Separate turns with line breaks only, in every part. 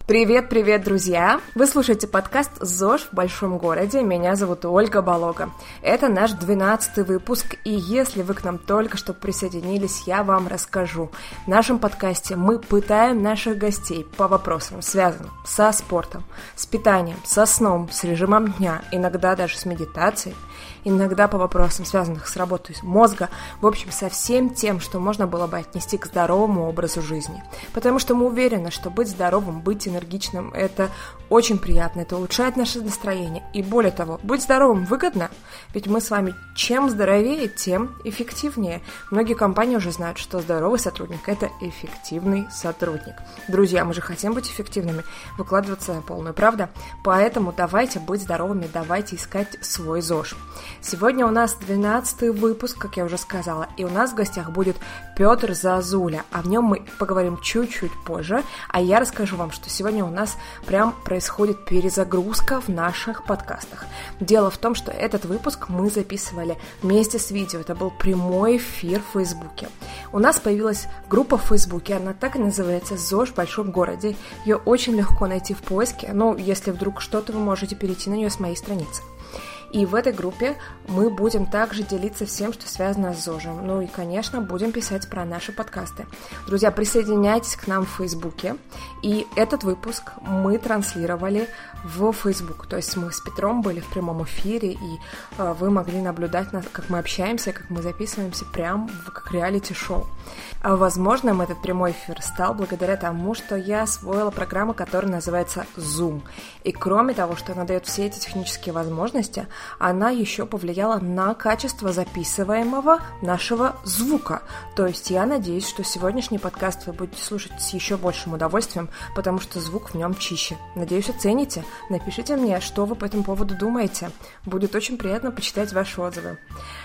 Привет, друзья! Вы слушаете подкаст «ЗОЖ в большом городе». Меня зовут Ольга Болога. Это наш 12-й выпуск, и если вы к нам только что присоединились, я вам расскажу. В нашем подкасте мы пытаем наших гостей по вопросам, связанным со спортом, с питанием, со сном, с режимом дня, иногда даже с медитацией, иногда по вопросам, связанным с работой мозга, в общем, со всем тем, что можно было бы отнести к здоровому образу жизни. Потому что мы уверены, что быть здоровым, быть энергичным – это очень приятно, это улучшает наше настроение. И более того, быть здоровым выгодно, ведь мы с вами чем здоровее, тем эффективнее. Многие компании уже знают, что здоровый сотрудник – это эффективный сотрудник. Друзья, мы же хотим быть эффективными, выкладываться на полную, правда? Поэтому давайте быть здоровыми, давайте искать свой ЗОЖ. Сегодня у нас 12-й выпуск, как я уже сказала, и у нас в гостях будет Петр Зазуля, а в нем мы поговорим чуть-чуть позже, а я расскажу вам, что сегодня у нас прям происходит перезагрузка в наших подкастах. Дело в том, что этот выпуск мы записывали вместе с видео, это был прямой эфир в Фейсбуке. У нас появилась группа в Фейсбуке, она так и называется «ЗОЖ в большом городе», ее очень легко найти в поиске, если вдруг что-то, вы можете перейти на нее с моей страницы. И в этой группе мы будем также делиться всем, что связано с ЗОЖем. И, конечно, будем писать про наши подкасты. Друзья, присоединяйтесь к нам в Фейсбуке. И этот выпуск мы транслировали в Фейсбук. То есть мы с Петром были в прямом эфире, и вы могли наблюдать, как мы общаемся, как мы записываемся прям как реалити-шоу. Возможным этот прямой эфир стал благодаря тому, что я освоила программу, которая называется Zoom. И кроме того, что она дает все эти технические возможности, она еще повлияла на качество записываемого нашего звука. То есть я надеюсь, что сегодняшний подкаст вы будете слушать с еще большим удовольствием, потому что звук в нем чище. Надеюсь, оцените. Напишите мне, что вы по этому поводу думаете. Будет очень приятно почитать ваши отзывы.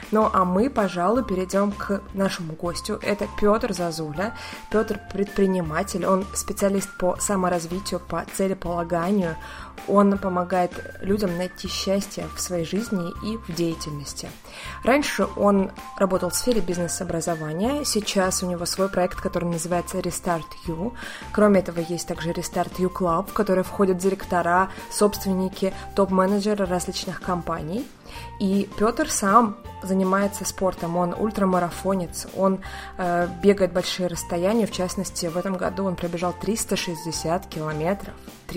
А мы, пожалуй, перейдем к нашему гостю. Это Петр Зазуля. Петр предприниматель, он специалист по саморазвитию, по целеполаганию. Он помогает людям найти счастье в своей жизни и в деятельности. Раньше он работал в сфере бизнес-образования, сейчас у него свой проект, который называется Restart You. Кроме этого, есть также Restart You Club, в который входят директора, собственники, топ-менеджеры различных компаний. И Петр сам занимается спортом, он ультрамарафонец, он бегает большие расстояния, в частности, в этом году он пробежал 360 километров.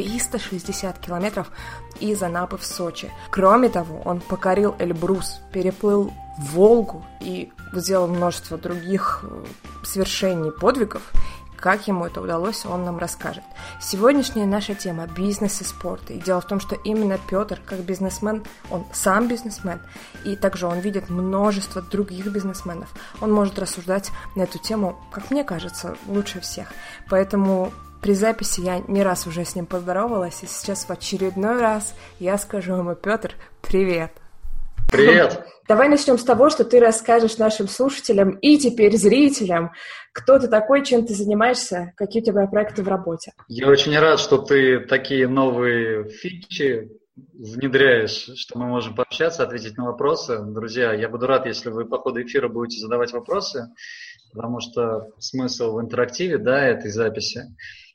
360 километров из Анапы в Сочи. Кроме того, он покорил Эльбрус, переплыл Волгу и сделал множество других свершений, подвигов. Как ему это удалось, он нам расскажет. Сегодняшняя наша тема – бизнес и спорт. И дело в том, что именно Петр, как бизнесмен, он сам бизнесмен, и также он видит множество других бизнесменов. Он может рассуждать на эту тему, как мне кажется, лучше всех. Поэтому при записи я не раз уже с ним поздоровалась, и сейчас в очередной раз я скажу ему: Петр, привет!
Привет!
Давай начнем с того, что ты расскажешь нашим слушателям и теперь зрителям, кто ты такой, чем ты занимаешься, какие у тебя проекты в работе.
Я очень рад, что ты такие новые фичи внедряешь, что мы можем пообщаться, ответить на вопросы. Друзья, я буду рад, если вы по ходу эфира будете задавать вопросы, потому что смысл в интерактиве, этой записи.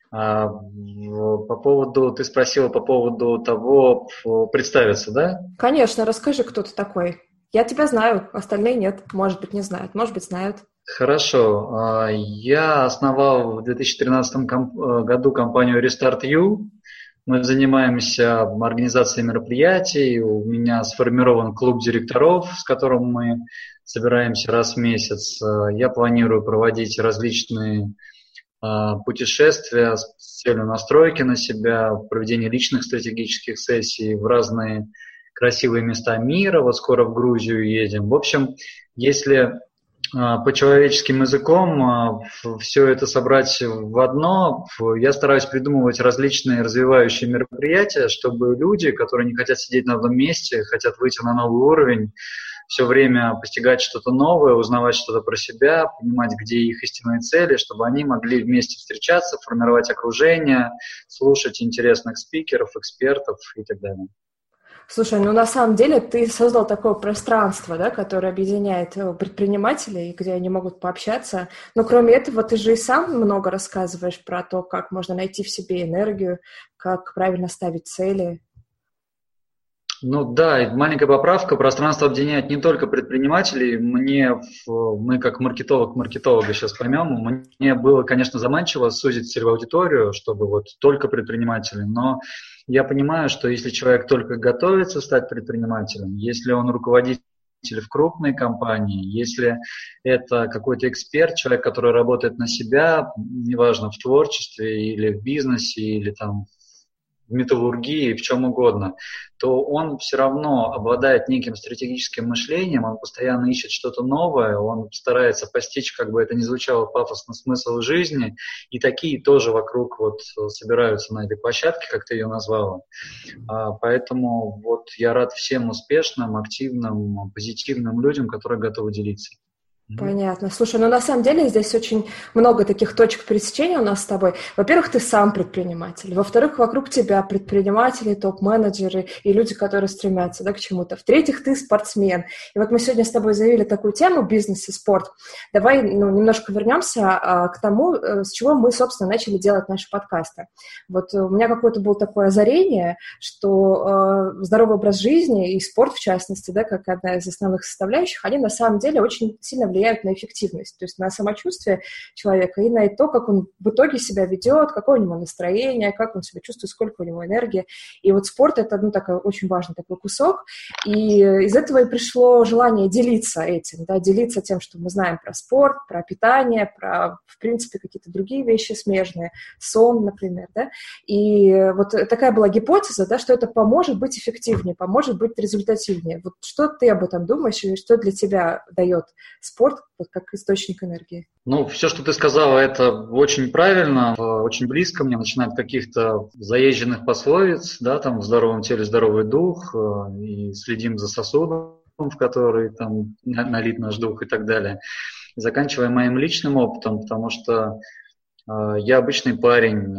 Ты спросила по поводу того, представиться, да?
Конечно, расскажи, кто ты такой. Я тебя знаю, остальные нет, может быть, не знают, может быть, знают.
Хорошо. Я основал в 2013 году компанию Restart You. Мы занимаемся организацией мероприятий. У меня сформирован клуб директоров, с которым мы собираемся раз в месяц. Я планирую проводить различные путешествия с целью настройки на себя, проведения личных стратегических сессий в разные красивые места мира. Вот скоро в Грузию едем. В общем, если по человеческим языком все это собрать в одно, я стараюсь придумывать различные развивающие мероприятия, чтобы люди, которые не хотят сидеть на одном месте, хотят выйти на новый уровень, все время постигать что-то новое, узнавать что-то про себя, понимать, где их истинные цели, чтобы они могли вместе встречаться, формировать окружение, слушать интересных спикеров, экспертов и так далее.
Слушай, ну на самом деле ты создал такое пространство, да, которое объединяет предпринимателей, где они могут пообщаться. Но кроме этого, ты же и сам много рассказываешь про то, как можно найти в себе энергию, как правильно ставить цели.
Ну да, и маленькая поправка. Пространство объединяет не только предпринимателей. Мы как маркетолога сейчас поймем, мне было, конечно, заманчиво сузить целевую аудиторию, чтобы вот только предприниматели, но я понимаю, что если человек только готовится стать предпринимателем, если он руководитель в крупной компании, если это какой-то эксперт, человек, который работает на себя, неважно, в творчестве или в бизнесе, или там в металлургии, в чем угодно, то он все равно обладает неким стратегическим мышлением, он постоянно ищет что-то новое, он старается постичь, как бы это ни звучало, пафосно, смысл жизни, и такие тоже вокруг вот собираются на этой площадке, как ты ее назвала. Поэтому вот я рад всем успешным, активным, позитивным людям, которые готовы делиться.
Понятно. Слушай, ну на самом деле здесь очень много таких точек пересечения у нас с тобой. Во-первых, ты сам предприниматель. Во-вторых, вокруг тебя предприниматели, топ-менеджеры и люди, которые стремятся, да, к чему-то. В-третьих, ты спортсмен. И вот мы сегодня с тобой заявили такую тему «Бизнес и спорт». Давай немножко вернемся к тому, с чего мы, собственно, начали делать наши подкасты. Вот у меня какое-то было такое озарение, что здоровый образ жизни и спорт, в частности, да, как одна из основных составляющих, они на самом деле очень сильно влияют на эффективность, то есть на самочувствие человека и на то, как он в итоге себя ведет, какое у него настроение, как он себя чувствует, сколько у него энергии. И вот спорт – это такой очень важный такой кусок. И из этого и пришло желание делиться этим, да, делиться тем, что мы знаем про спорт, про питание, про, в принципе, какие-то другие вещи смежные, сон, например. Да? И вот такая была гипотеза, да, что это поможет быть эффективнее, поможет быть результативнее. Вот что ты об этом думаешь и что для тебя дает спорт как источник энергии?
Ну, все, что ты сказала, это очень правильно, очень близко мне, начинает каких-то заезженных пословиц, да, там в здоровом теле здоровый дух, и следим за сосудом, в который там налит наш дух и так далее. Заканчивая моим личным опытом, потому что я обычный парень,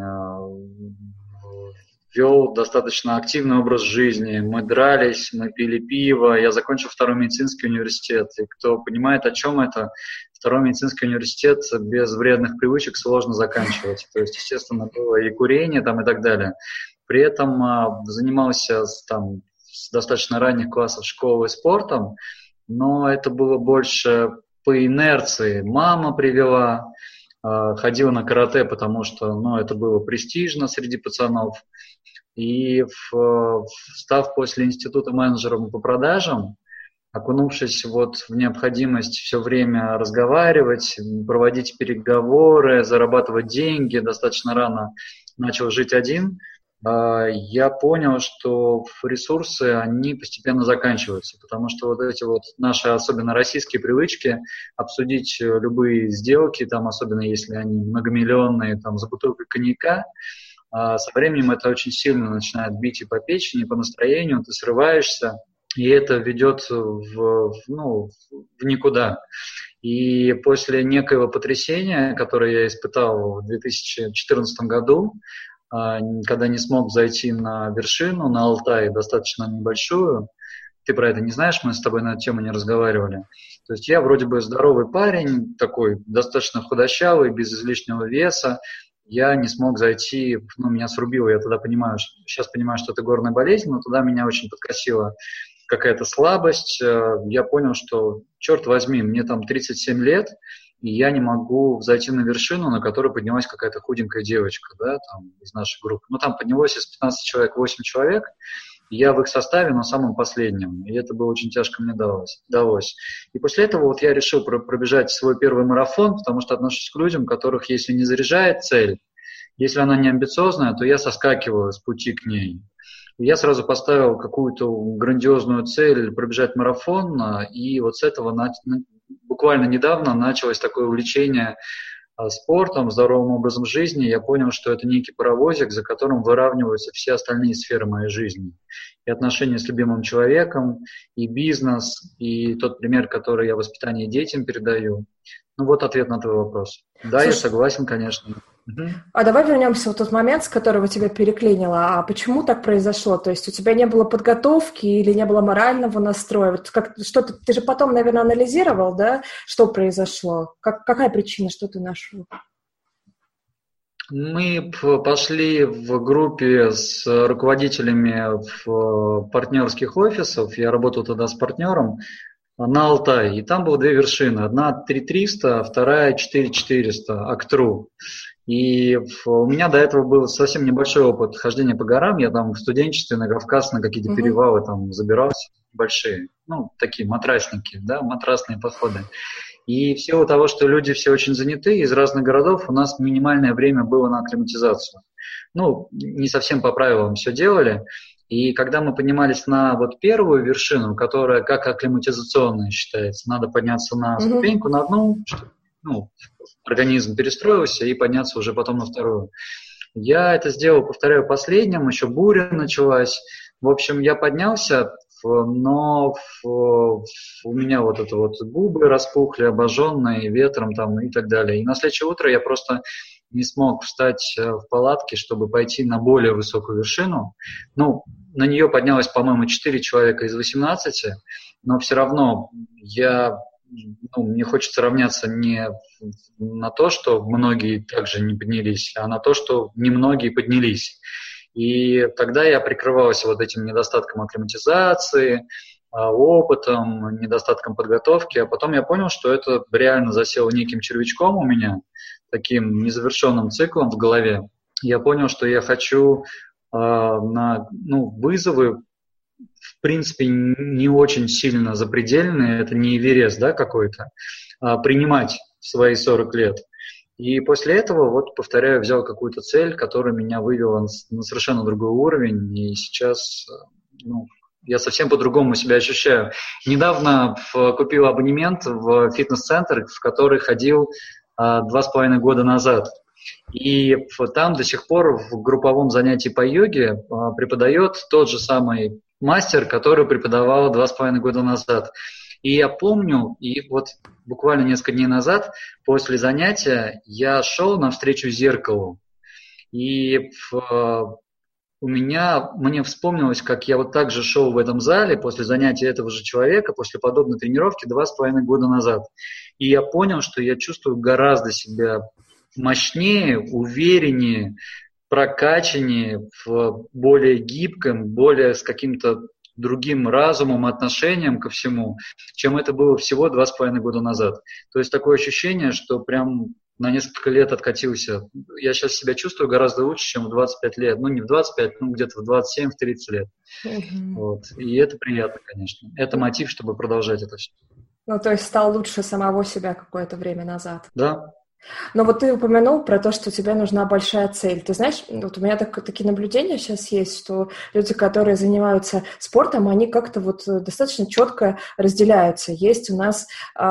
вел достаточно активный образ жизни. Мы дрались, мы пили пиво. Я закончил второй медицинский университет. И кто понимает, о чем это, второй медицинский университет без вредных привычек сложно заканчивать. То есть, естественно, было и курение там, и так далее. При этом занимался там, с достаточно ранних классов школы спортом, но это было больше по инерции. Мама привела, ходила на карате, потому что это было престижно среди пацанов. И став после института менеджером по продажам, окунувшись вот в необходимость все время разговаривать, проводить переговоры, зарабатывать деньги, достаточно рано начал жить один, я понял, что ресурсы, они постепенно заканчиваются, потому что вот эти вот наши, особенно российские привычки, обсудить любые сделки, там, особенно если они многомиллионные, там, за бутылкой коньяка, со временем это очень сильно начинает бить и по печени, и по настроению, ты срываешься, и это ведет в никуда. И после некоего потрясения, которое я испытал в 2014 году, когда не смог зайти на вершину, на Алтай, достаточно небольшую, ты про это не знаешь, мы с тобой на эту тему не разговаривали. То есть я вроде бы здоровый парень, такой достаточно худощавый, без излишнего веса, я не смог зайти, меня срубило, я тогда сейчас понимаю, что это горная болезнь, но тогда меня очень подкосила какая-то слабость, я понял, что, черт возьми, мне там 37 лет, и я не могу зайти на вершину, на которой поднялась какая-то худенькая девочка, да, там, из нашей группы. Там поднялось из 15 человек 8 человек, и я в их составе, но самым последним, и это было очень тяжко мне далось. И после этого вот я решил пробежать свой первый марафон, потому что отношусь к людям, которых, если не заряжает цель, если она не амбициозная, то я соскакиваю с пути к ней. И я сразу поставил какую-то грандиозную цель пробежать марафон, и вот с этого буквально недавно началось такое увлечение спортом, здоровым образом жизни. Я понял, что это некий паровозик, за которым выравниваются все остальные сферы моей жизни. И отношения с любимым человеком, и бизнес, и тот пример, который я в воспитании детям передаю. Вот ответ на твой вопрос. Да, слушай, я согласен, конечно.
А давай вернемся в тот момент, с которого тебя переклинило. А почему так произошло? То есть у тебя не было подготовки или не было морального настроя? Вот ты же потом, наверное, анализировал, да, что произошло? Какая причина, что ты нашел?
Мы пошли в группе с руководителями партнерских офисов. Я работал тогда с партнером на Алтай. И там было две вершины. Одна 3300, а вторая 4400, Актру. И у меня до этого был совсем небольшой опыт хождения по горам. Я там в студенчестве на Кавказ на какие-то перевалы там забирался, большие, такие матрасники, да, матрасные походы. И в силу того, что люди все очень заняты из разных городов, у нас минимальное время было на акклиматизацию. Не совсем по правилам все делали. И когда мы поднимались на вот первую вершину, которая как акклиматизационная считается, надо подняться на ступеньку, на одну, чтобы организм перестроился и подняться уже потом на вторую. Я это сделал, повторяю, последним, еще буря началась. В общем, я поднялся, но у меня вот это вот губы распухли, обожженные ветром там и так далее. И на следующее утро я просто не смог встать в палатке, чтобы пойти на более высокую вершину. На нее поднялось, по-моему, 4 человека из 18, но все равно мне хочется равняться не на то, что многие также не поднялись, а на то, что немногие поднялись. И тогда я прикрывался вот этим недостатком акклиматизации, опытом, недостатком подготовки, а потом я понял, что это реально засело неким червячком у меня, таким незавершенным циклом в голове. Я понял, что я хочу на вызовы, в принципе, не очень сильно запредельные, это не Эверест, да, какой-то, принимать в свои 40 лет. И после этого, повторяю, взял какую-то цель, которая меня вывела на совершенно другой уровень, и сейчас, я совсем по-другому себя ощущаю. Недавно купил абонемент в фитнес-центр, в который ходил 2,5 года назад. И там до сих пор в групповом занятии по йоге преподает тот же самый мастер, который преподавал 2,5 года назад. И я помню, и буквально несколько дней назад, после занятия, я шел навстречу зеркалу. И мне вспомнилось, как я так же шел в этом зале после занятия этого же человека, после подобной тренировки 2,5 года назад. И я понял, что я чувствую гораздо себя мощнее, увереннее, прокачаннее, более гибким, более с каким-то другим разумом, отношением ко всему, чем это было всего 2,5 года назад. То есть такое ощущение, что прям на несколько лет откатился. Я сейчас себя чувствую гораздо лучше, чем в 25 лет. Не в 25, где-то в 27-30 лет. И это приятно, конечно. Это мотив, чтобы продолжать это все.
То есть стал лучше самого себя какое-то время назад.
Да.
Но ты упомянул про то, что тебе нужна большая цель. Ты знаешь, у меня такие наблюдения сейчас есть, что люди, которые занимаются спортом, они как-то достаточно четко разделяются. Есть у нас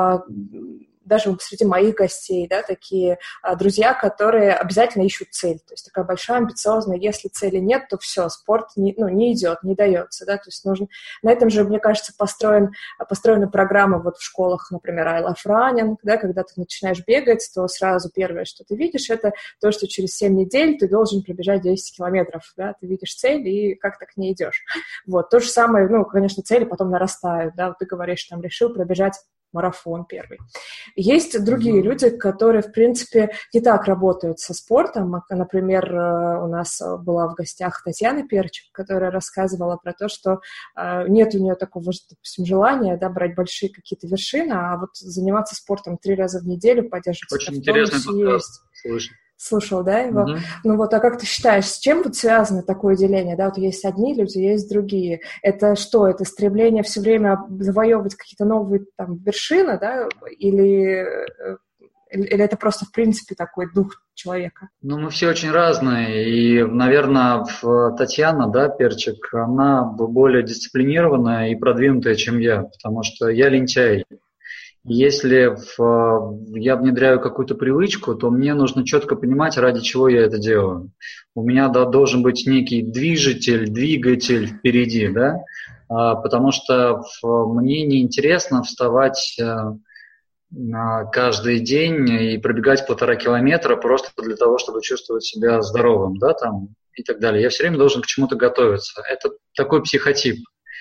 даже среди моих гостей, да, такие друзья, которые обязательно ищут цель. То есть такая большая, амбициозная. Если цели нет, то все, спорт не идет, не дается. Да? То есть на этом же, мне кажется, построена программа в школах, например, I Love Running, да, когда ты начинаешь бегать, то сразу первое, что ты видишь, это то, что через 7 недель ты должен пробежать 10 километров. Да? Ты видишь цель и как-то к ней идешь. То же самое, конечно, цели потом нарастают. Да? Ты говоришь, решил пробежать марафон первый. Есть другие люди, которые, в принципе, не так работают со спортом. Например, у нас была в гостях Татьяна Перчик, которая рассказывала про то, что нет у нее такого, допустим, желания, да, брать большие какие-то вершины, а заниматься спортом 3 раза в неделю, поддерживать
очень интересный подкаст.
Слушал, да, его? А как ты считаешь, с чем связано такое деление? Да, есть одни люди, есть другие. Это что? Это стремление все время завоевывать какие-то новые вершины, да? Или это просто, в принципе, такой дух человека?
Мы все очень разные. И, наверное, Татьяна, да, Перчик, она более дисциплинированная и продвинутая, чем я, потому что я лентяй. Если я внедряю какую-то привычку, то мне нужно четко понимать, ради чего я это делаю. У меня должен быть некий двигатель впереди, да, потому что мне неинтересно вставать каждый день и пробегать 1,5 километра просто для того, чтобы чувствовать себя здоровым, да, там, и так далее. Я все время должен к чему-то готовиться. Это такой психотип.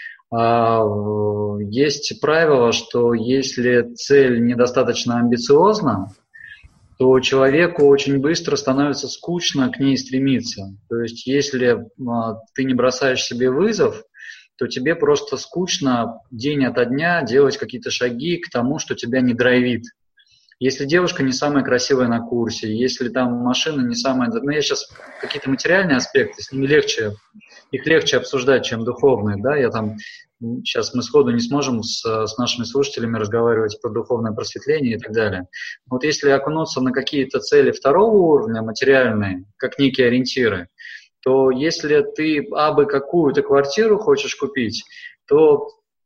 Есть правило, что если цель недостаточно амбициозна, то человеку очень быстро становится скучно к ней стремиться. То есть если ты не бросаешь себе вызов, то тебе просто скучно день ото дня делать какие-то шаги к тому, что тебя не драйвит. Если девушка не самая красивая на курсе, если там машина не самая... Ну, я сейчас какие-то материальные аспекты, с ними их легче обсуждать, чем духовные, да, сейчас мы сходу не сможем с нашими слушателями разговаривать про духовное просветление и так далее. Вот если окунуться на какие-то цели второго уровня, материальные, как некие ориентиры, то если ты абы какую-то квартиру хочешь купить, то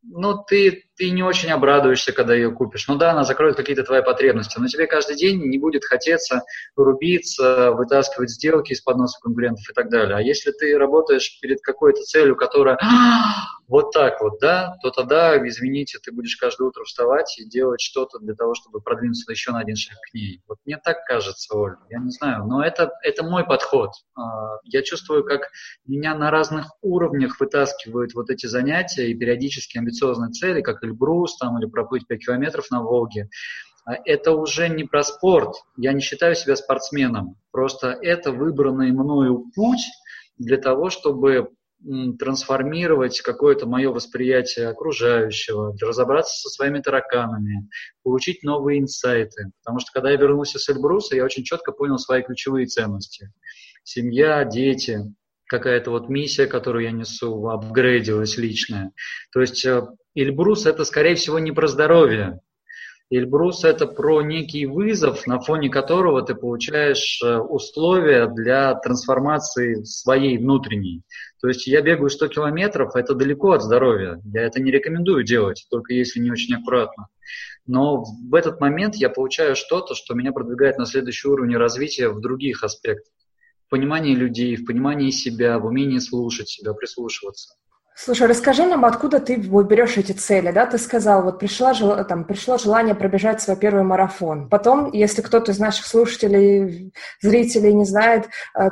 ты не очень обрадуешься, когда ее купишь. Ну да, она закроет какие-то твои потребности, но тебе каждый день не будет хотеться рубиться, вытаскивать сделки из-под носа конкурентов и так далее. А если ты работаешь перед какой-то целью, которая вот так вот, да, то тогда, извините, ты будешь каждое утро вставать и делать что-то для того, чтобы продвинуться еще на один шаг к ней. Вот мне так кажется, Оль, я не знаю, но это мой подход. Я чувствую, как меня на разных уровнях вытаскивают вот эти занятия и периодически амбициозные цели, как Эльбрус там, или проплыть 5 километров на Волге. Это уже не про спорт. Я не считаю себя спортсменом. Просто это выбранный мною путь для того, чтобы трансформировать какое-то мое восприятие окружающего, разобраться со своими тараканами, получить новые инсайты. Потому что когда я вернулся с Эльбруса, я очень четко понял свои ключевые ценности. Семья, дети, какая-то вот миссия, которую я несу, апгрейдилась личная. То есть Эльбрус – это, скорее всего, не про здоровье. Эльбрус – это про некий вызов, на фоне которого ты получаешь условия для трансформации своей внутренней. То есть я бегаю 100 километров, это далеко от здоровья. Я это не рекомендую делать, только если не очень аккуратно. Но в этот момент я получаю что-то, что меня продвигает на следующий уровень развития в других аспектах. В понимании людей, в понимании себя, в умении слушать себя, прислушиваться.
Слушай, расскажи нам, откуда ты берешь эти цели, да? Ты сказал, вот пришло желание пробежать свой первый марафон. Потом, если кто-то из наших слушателей, зрителей не знает,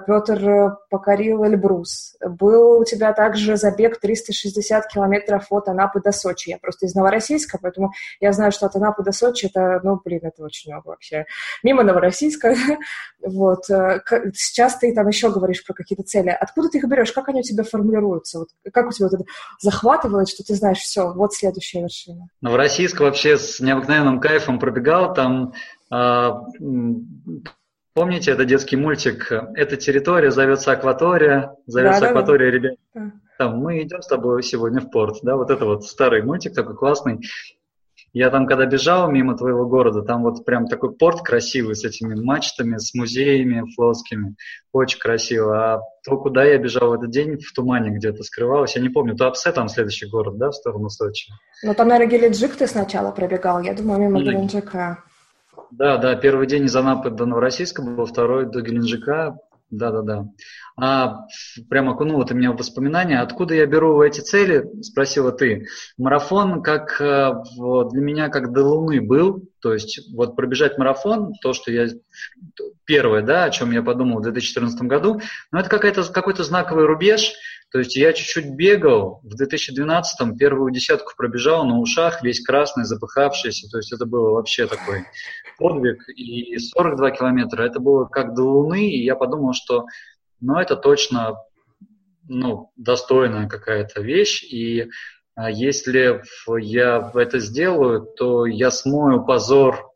Петр покорил Эльбрус. Был у тебя также забег 360 километров от Анапы до Сочи. Я просто из Новороссийска, поэтому я знаю, что от Анапы до Сочи это, это очень много вообще. Мимо Новороссийска. Вот. Сейчас ты там еще говоришь про какие-то цели. Откуда ты их берешь? Как они у тебя формулируются? Вот, как у тебя это захватывает, что ты знаешь, все, вот следующая вершина.
Новороссийск вообще с необыкновенным кайфом пробегал. Там, помните, это детский мультик «Эта территория зовется Акватория», Акватория, ребят. Да. Там, мы идем с тобой сегодня в порт, да, вот это вот старый мультик такой классный. Я там, когда бежал мимо твоего города, там вот прям такой порт красивый с этими мачтами, с музеями флотскими. Очень красиво. А то, куда я бежал в этот день, в тумане где-то скрывалось, я не помню. Туапсе там следующий город, да, в сторону Сочи?
Ну, там, наверное, Геленджик ты сначала пробегал. Я думаю, мимо Геленджика.
Да, первый день из Анапы до Новороссийска был, второй до Геленджика. Да. Прям окунула ты меня в воспоминания. Откуда я беру эти цели, спросила ты. Марафон как для меня как до Луны был. То есть вот пробежать марафон, то, что я первое, да, о чем я подумал в 2014 году, но это какой-то знаковый рубеж. То есть я чуть-чуть бегал, в 2012-м первую десятку пробежал на ушах, весь красный, запыхавшийся. То есть это было вообще такой подвиг. И 42 километра, это было как до Луны, и я подумал, что это точно достойная какая-то вещь. И если я это сделаю, то я смою позор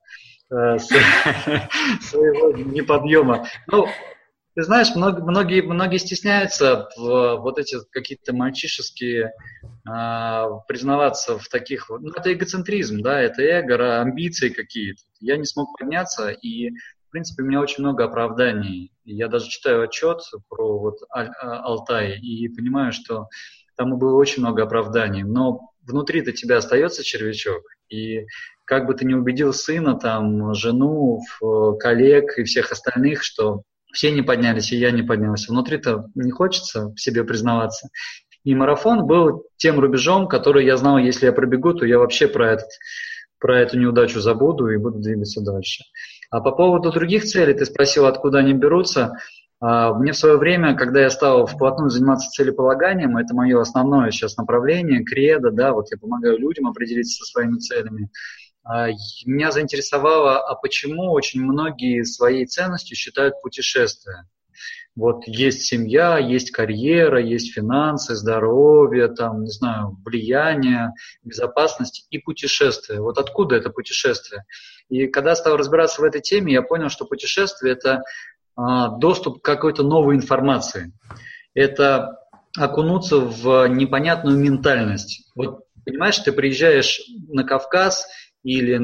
своего неподъема. Ты знаешь, многие стесняются вот эти какие-то мальчишеские признаваться в таких... это эгоцентризм, да, это эго, амбиции какие-то. Я не смог подняться, и, в принципе, у меня очень много оправданий. Я даже читаю отчет про Алтай и понимаю, что там было очень много оправданий. Но внутри-то тебя остается червячок, и как бы ты ни убедил сына, там, жену, коллег и всех остальных, что все не поднялись, и я не поднялся. Внутри-то не хочется в себе признаваться. И марафон был тем рубежом, который я знал, если я пробегу, то я вообще про про эту неудачу забуду и буду двигаться дальше. А по поводу других целей, ты спросил, откуда они берутся. Мне в свое время, когда я стал вплотную заниматься целеполаганием, это мое основное сейчас направление, кредо, да, вот я помогаю людям определиться со своими целями. Меня заинтересовало, а почему очень многие своей ценностью считают путешествия. Вот есть семья, есть карьера, есть финансы, здоровье, там, не знаю, влияние, безопасность и путешествие. Вот откуда это путешествие? И когда я стал разбираться в этой теме, я понял, что путешествие – это доступ к какой-то новой информации. Это окунуться в непонятную ментальность. Вот, понимаешь, ты приезжаешь на Кавказ или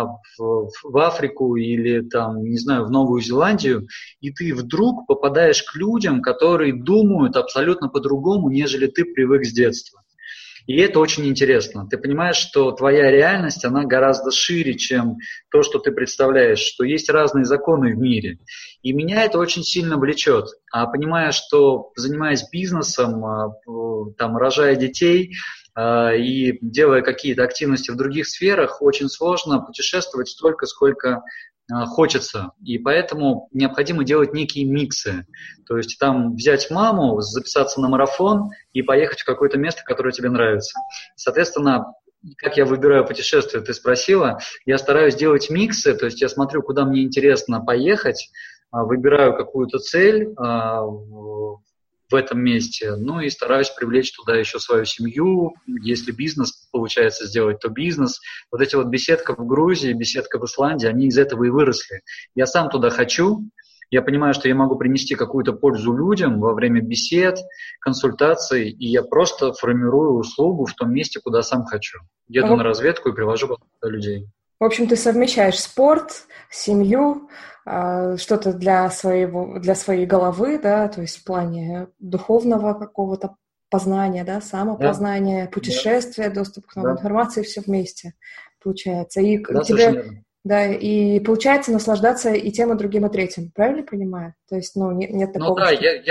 в Африку, или там, не знаю, в Новую Зеландию, и ты вдруг попадаешь к людям, которые думают абсолютно по-другому, нежели ты привык с детства. И это очень интересно. Ты понимаешь, что твоя реальность, она гораздо шире, чем то, что ты представляешь, что есть разные законы в мире. И меня это очень сильно влечет. А понимая, что занимаясь бизнесом, там, рожая детей и делая какие-то активности в других сферах, очень сложно путешествовать столько, сколько хочется. И поэтому необходимо делать некие миксы. То есть там взять маму, записаться на марафон и поехать в какое-то место, которое тебе нравится. Соответственно, как я выбираю путешествие, ты спросила, я стараюсь делать миксы, то есть я смотрю, куда мне интересно поехать, выбираю какую-то цель в этом месте, ну и стараюсь привлечь туда еще свою семью. Если бизнес получается сделать, то бизнес. Вот эти вот беседка в Грузии, беседка в Исландии, они из этого и выросли. Я сам туда хочу, я понимаю, что я могу принести какую-то пользу людям во время бесед, консультаций, и я просто формирую услугу в том месте, куда сам хочу. Еду на разведку и привожу людей.
В общем, ты совмещаешь спорт, семью, что-то для своей головы, да, то есть в плане духовного какого-то познания, да, самопознания, путешествия, доступ к новой информации, все вместе получается. И и получается наслаждаться и тем, и другим, и третьим. Правильно понимаю? То есть, нет такого...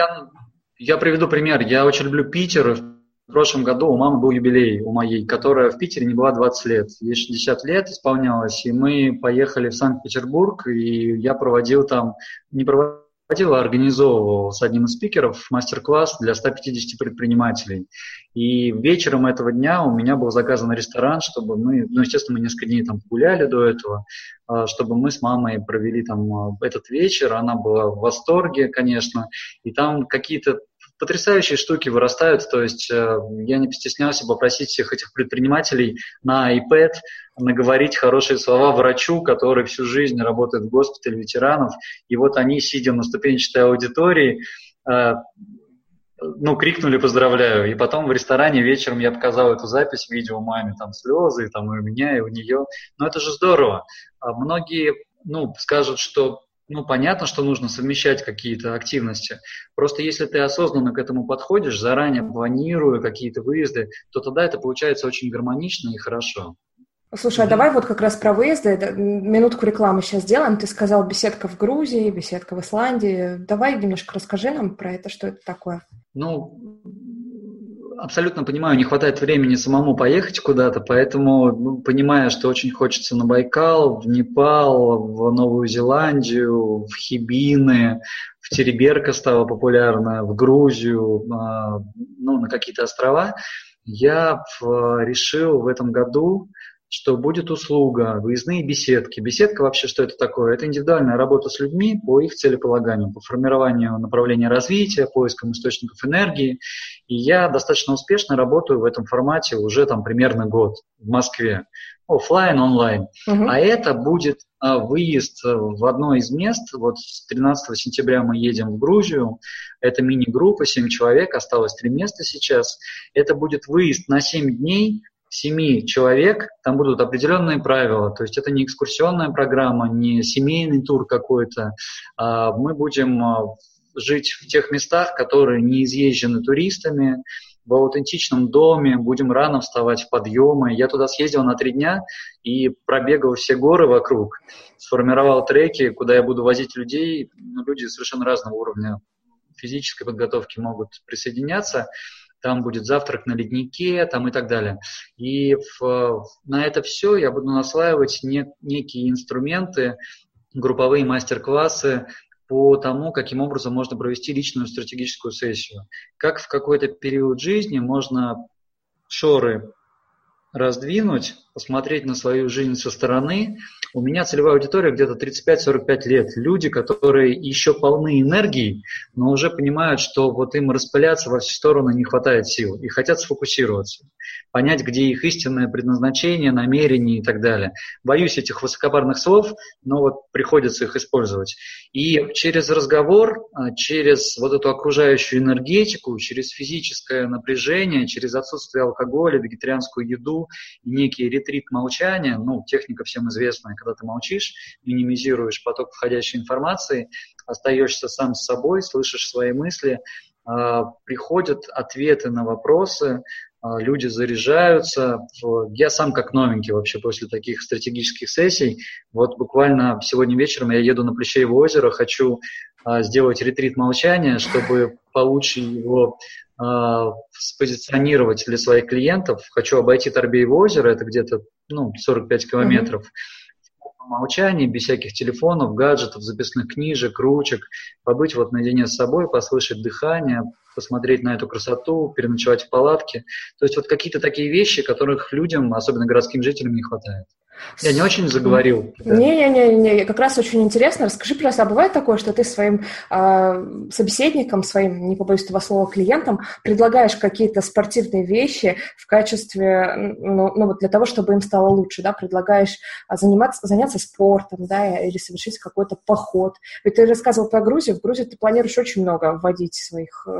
Я приведу пример. Я очень люблю Питер. В прошлом году у мамы был юбилей у моей, которая в Питере не была 20 лет. Ей 60 лет исполнялось, и мы поехали в Санкт-Петербург, и я проводил там, а организовывал с одним из спикеров мастер-класс для 150 предпринимателей. И вечером этого дня у меня был заказан ресторан, чтобы мы, естественно, мы несколько дней там гуляли до этого, чтобы мы с мамой провели там этот вечер. Она была в восторге, конечно, и там какие-то потрясающие штуки вырастают, то есть я не постеснялся попросить всех этих предпринимателей на iPad наговорить хорошие слова врачу, который всю жизнь работает в госпитале ветеранов, и вот они, сидя на ступенчатой аудитории, крикнули «поздравляю», и потом в ресторане вечером я показал эту запись, видео маме, там слезы, там и у меня, и у нее, это же здорово. Многие, скажут, что понятно, что нужно совмещать какие-то активности. Просто если ты осознанно к этому подходишь, заранее планируя какие-то выезды, то тогда это получается очень гармонично и хорошо.
Слушай, а давай вот как раз про выезды. Минутку рекламы сейчас сделаем. Ты сказал беседка в Грузии, беседка в Исландии. Давай немножко расскажи нам про это, что это такое.
Абсолютно понимаю, не хватает времени самому поехать куда-то, поэтому, понимая, что очень хочется на Байкал, в Непал, в Новую Зеландию, в Хибины, в Териберка стала популярна, в Грузию, на какие-то острова, я решил в этом году, что будет услуга, выездные беседки. Беседка вообще, что это такое? Это индивидуальная работа с людьми по их целеполаганию, по формированию направления развития, поиском источников энергии. И я достаточно успешно работаю в этом формате уже примерно год в Москве. Оффлайн, онлайн. А это будет выезд в одно из мест. Вот с 13 сентября мы едем в Грузию. Это мини-группа, 7 человек, осталось 3 места сейчас. Это будет выезд на 7 дней, 7 человек, там будут определенные правила, то есть это не экскурсионная программа, не семейный тур какой-то, мы будем жить в тех местах, которые не изъезжены туристами, в аутентичном доме, будем рано вставать в подъемы. Я туда съездил на 3 дня и пробегал все горы вокруг, сформировал треки, куда я буду возить людей, люди совершенно разного уровня физической подготовки могут присоединяться. там будет завтрак на леднике, там и так далее. И на это все я буду наслаивать некие инструменты, групповые мастер-классы по тому, каким образом можно провести личную стратегическую сессию. Как в какой-то период жизни можно шоры раздвинуть, посмотреть на свою жизнь со стороны. У меня целевая аудитория где-то 35-45 лет. Люди, которые еще полны энергии, но уже понимают, что вот им распыляться во все стороны не хватает сил и хотят сфокусироваться, понять, где их истинное предназначение, намерение и так далее. Боюсь этих высокопарных слов, но вот приходится их использовать. И через разговор, через вот эту окружающую энергетику, через физическое напряжение, через отсутствие алкоголя, вегетарианскую еду, некий ретрит молчания, техника всем известная, когда ты молчишь, минимизируешь поток входящей информации, остаешься сам с собой, слышишь свои мысли, приходят ответы на вопросы, люди заряжаются. Я сам как новенький вообще после таких стратегических сессий. Вот буквально сегодня вечером я еду на Плещеево озеро, хочу сделать ретрит молчания, чтобы получше его спозиционировать для своих клиентов. Хочу обойти Торбеево озеро, это где-то 45 километров. Молчание, без всяких телефонов, гаджетов, записных книжек, ручек, побыть вот наедине с собой, послушать дыхание, посмотреть на эту красоту, переночевать в палатке. То есть вот какие-то такие вещи, которых людям, особенно городским жителям, не хватает. Я не очень заговорил.
Не, как раз очень интересно. Расскажи, пожалуйста, а бывает такое, что ты своим собеседникам, своим, не побоюсь этого слова, клиентам предлагаешь какие-то спортивные вещи в качестве, вот для того, чтобы им стало лучше, да, предлагаешь заняться спортом, да, или совершить какой-то поход. Ведь ты рассказывал про Грузию. В Грузию ты планируешь очень много вводить своих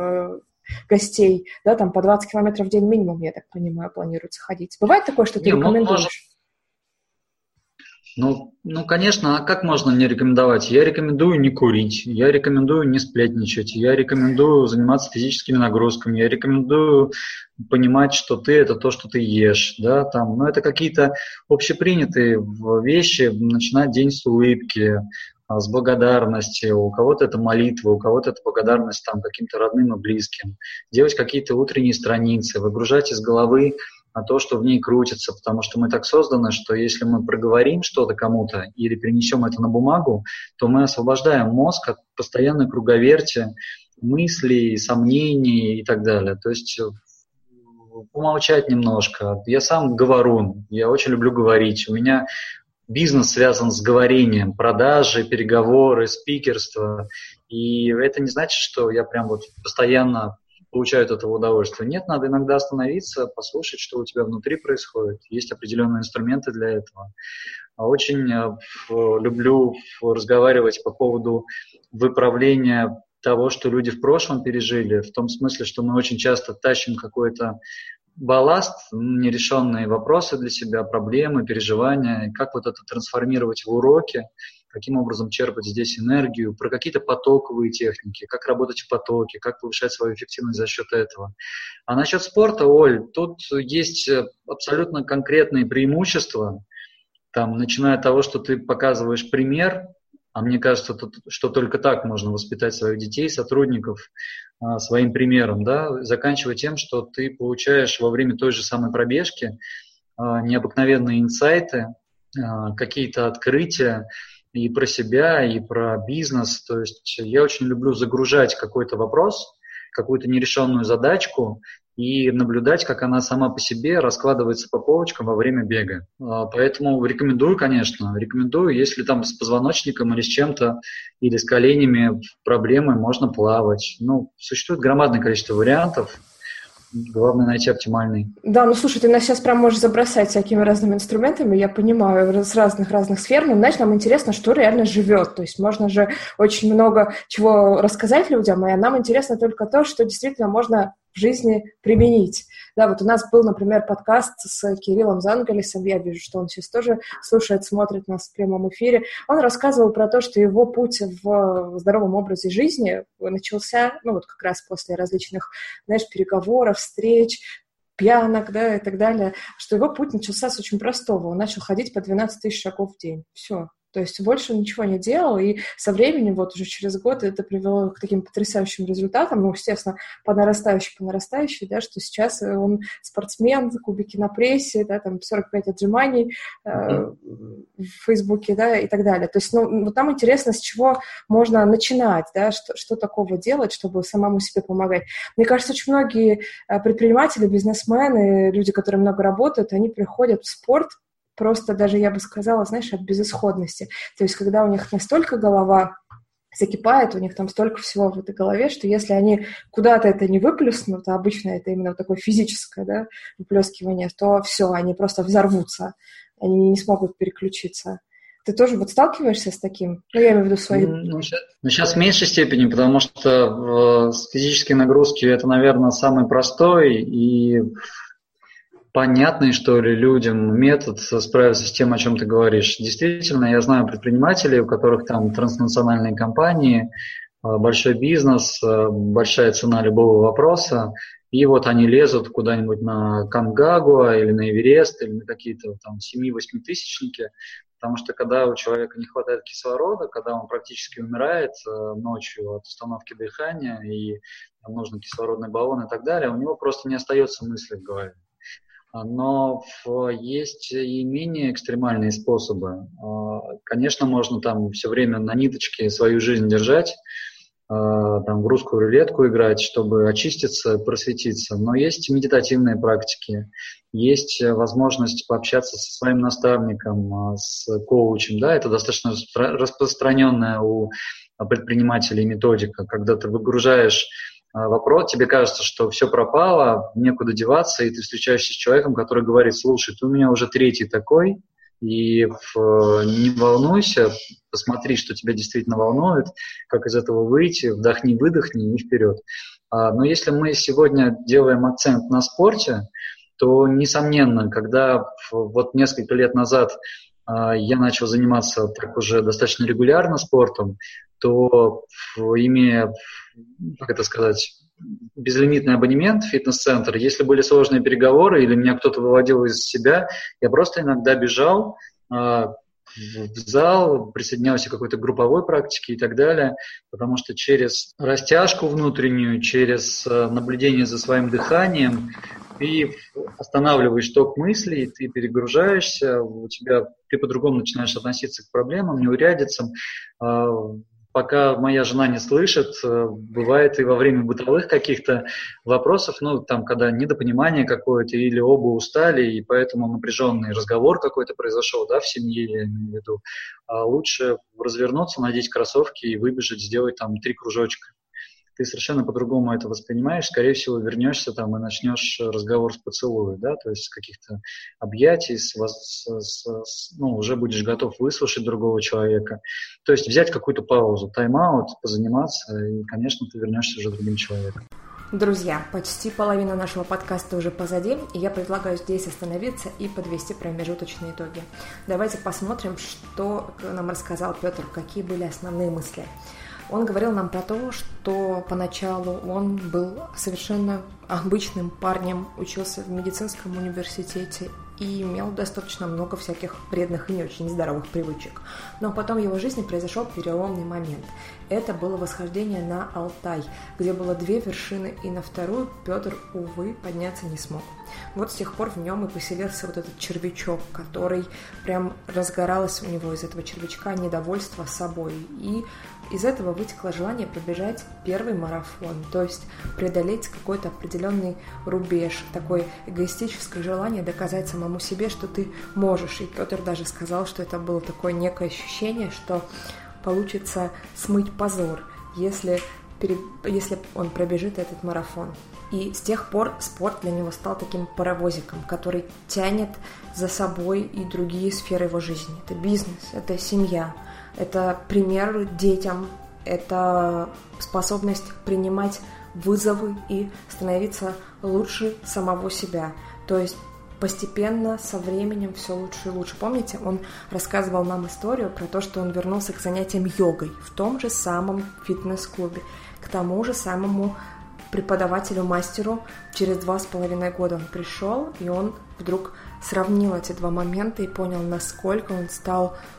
гостей, да, там по 20 километров в день минимум, я так понимаю, планируется ходить. Бывает такое, что ты рекомендуешь?
Конечно, а как можно не рекомендовать? Я рекомендую не курить, я рекомендую не сплетничать, я рекомендую заниматься физическими нагрузками, я рекомендую понимать, что ты – это то, что ты ешь, да, там, это какие-то общепринятые вещи, начинать день с улыбки, с благодарности, у кого-то это молитва, у кого-то это благодарность там каким-то родным и близким, делать какие-то утренние страницы, выгружать из головы то, что в ней крутится, потому что мы так созданы, что если мы проговорим что-то кому-то или перенесем это на бумагу, то мы освобождаем мозг от постоянной круговерти мыслей, сомнений и так далее. То есть помолчать немножко. Я сам говорун, я очень люблю говорить. У меня бизнес связан с говорением, продажи, переговоры, спикерство. И это не значит, что я прям вот постоянно получаю от этого удовольствие. Нет, надо иногда остановиться, послушать, что у тебя внутри происходит. Есть определенные инструменты для этого. Очень люблю разговаривать по поводу выправления того, что люди в прошлом пережили, в том смысле, что мы очень часто тащим какой-то балласт, нерешенные вопросы для себя, проблемы, переживания, и как вот это трансформировать в уроки, каким образом черпать здесь энергию, про какие-то потоковые техники, как работать в потоке, как повышать свою эффективность за счет этого. А насчет спорта, Оль, тут есть абсолютно конкретные преимущества, там, начиная от того, что ты показываешь пример, а мне кажется, что только так можно воспитать своих детей, сотрудников своим примером, да, заканчивая тем, что ты получаешь во время той же самой пробежки необыкновенные инсайты, какие-то открытия, и про себя, и про бизнес. То есть я очень люблю загружать какой-то вопрос, какую-то нерешенную задачку и наблюдать, как она сама по себе раскладывается по полочкам во время бега. Поэтому рекомендую, конечно, если там с позвоночником или с чем-то, или с коленями проблемы, можно плавать. Существует громадное количество вариантов. Главное найти оптимальный.
Да, слушай, ты нас сейчас прям можешь забросать всякими разными инструментами, я понимаю, с разных сфер, но, знаешь, нам интересно, что реально живет, то есть можно же очень много чего рассказать людям, и нам интересно только то, что действительно можно в жизни применить. Да, вот у нас был, например, подкаст с Кириллом Зангалисом, я вижу, что он сейчас тоже слушает, смотрит нас в прямом эфире. Он рассказывал про то, что его путь в здоровом образе жизни начался, как раз после различных, переговоров, встреч, пьянок, да, и так далее, что его путь начался с очень простого. Он начал ходить по 12 тысяч шагов в день. Все. То есть больше он ничего не делал, и со временем, вот уже через год, это привело к таким потрясающим результатам, ну, естественно, по нарастающей, да, что сейчас он спортсмен, кубики на прессе, да, там 45 отжиманий в Фейсбуке, да, и так далее. То есть, ну, вот там интересно, с чего можно начинать, да, что такого делать, чтобы самому себе помогать. Мне кажется, очень многие предприниматели, бизнесмены, люди, которые много работают, они приходят в спорт просто даже, я бы сказала, знаешь, от безысходности. То есть, когда у них настолько голова закипает, у них там столько всего в этой голове, что если они куда-то это не выплеснут, а обычно это именно такое физическое, да, выплескивание, то все, они просто взорвутся, они не смогут переключиться. Ты тоже вот сталкиваешься с таким? Ну, я имею в виду свои...
Сейчас в меньшей степени, потому что физические нагрузки – это, наверное, самый простой и понятный, что ли, людям метод справиться с тем, о чем ты говоришь. Действительно, я знаю предпринимателей, у которых там транснациональные компании, большой бизнес, большая цена любого вопроса, и вот они лезут куда-нибудь на Конкагуа или на Эверест, или на какие-то там 7-8-тысячники, потому что когда у человека не хватает кислорода, когда он практически умирает ночью от остановки дыхания, и там нужен кислородный баллон и так далее, у него просто не остается мысли в голове. Но есть и менее экстремальные способы. Конечно, можно там все время на ниточке свою жизнь держать, там в русскую рулетку играть, чтобы очиститься, просветиться. Но есть медитативные практики, есть возможность пообщаться со своим наставником, с коучем. Да, это достаточно распространенная у предпринимателей методика, когда ты выгружаешь вопрос, тебе кажется, что все пропало, некуда деваться, и ты встречаешься с человеком, который говорит: слушай, ты у меня уже третий такой, и не волнуйся, посмотри, что тебя действительно волнует, как из этого выйти, вдохни, выдохни и вперед. Но если мы сегодня делаем акцент на спорте, то, несомненно, когда вот несколько лет назад я начал заниматься так уже достаточно регулярно спортом, то, имея, как это сказать, безлимитный абонемент в фитнес-центр, если были сложные переговоры или меня кто-то выводил из себя, я просто иногда бежал в зал, присоединялся к какой-то групповой практике и так далее, потому что через растяжку внутреннюю, через наблюдение за своим дыханием ты останавливаешь ток мыслей, ты перегружаешься, ты по-другому начинаешь относиться к проблемам, неурядицам. Пока моя жена не слышит, бывает и во время бытовых каких-то вопросов, ну, там, когда недопонимание какое-то или оба устали, и поэтому напряженный разговор какой-то произошел, да, в семье, я имею в виду, лучше развернуться, надеть кроссовки и выбежать, сделать там 3 кружочка. Ты совершенно по-другому это воспринимаешь, скорее всего, вернешься там и начнешь разговор с поцелуя, да, то есть с каких-то объятий, уже будешь готов выслушать другого человека. То есть взять какую-то паузу, тайм-аут, позаниматься, и, конечно, ты вернешься уже другим человеком.
Друзья, почти половина нашего подкаста уже позади, и я предлагаю здесь остановиться и подвести промежуточные итоги. Давайте посмотрим, что нам рассказал Петр, какие были основные мысли. Он говорил нам про то, что поначалу он был совершенно обычным парнем, учился в медицинском университете и имел достаточно много всяких вредных и не очень здоровых привычек. Но потом в его жизни произошел переломный момент. Это было восхождение на Алтай, где было 2 вершины, и на вторую Петр, увы, подняться не смог. Вот с тех пор в нем и поселился вот этот червячок, который прям разгоралось у него из этого червячка недовольство собой. И из этого вытекло желание пробежать первый марафон, то есть преодолеть какой-то определенный рубеж, такое эгоистическое желание доказать самому себе, что ты можешь. И Петр даже сказал, что это было такое некое ощущение, что получится смыть позор, если он пробежит этот марафон. И с тех пор спорт для него стал таким паровозиком, который тянет за собой и другие сферы его жизни. Это бизнес, это семья, это пример детям, это способность принимать вызовы и становиться лучше самого себя. То есть постепенно, со временем все лучше и лучше. Помните, он рассказывал нам историю про то, что он вернулся к занятиям йогой в том же самом фитнес-клубе, к тому же самому преподавателю-мастеру. Через 2,5 года он пришел, и он вдруг сравнил эти 2 момента и понял, насколько он стал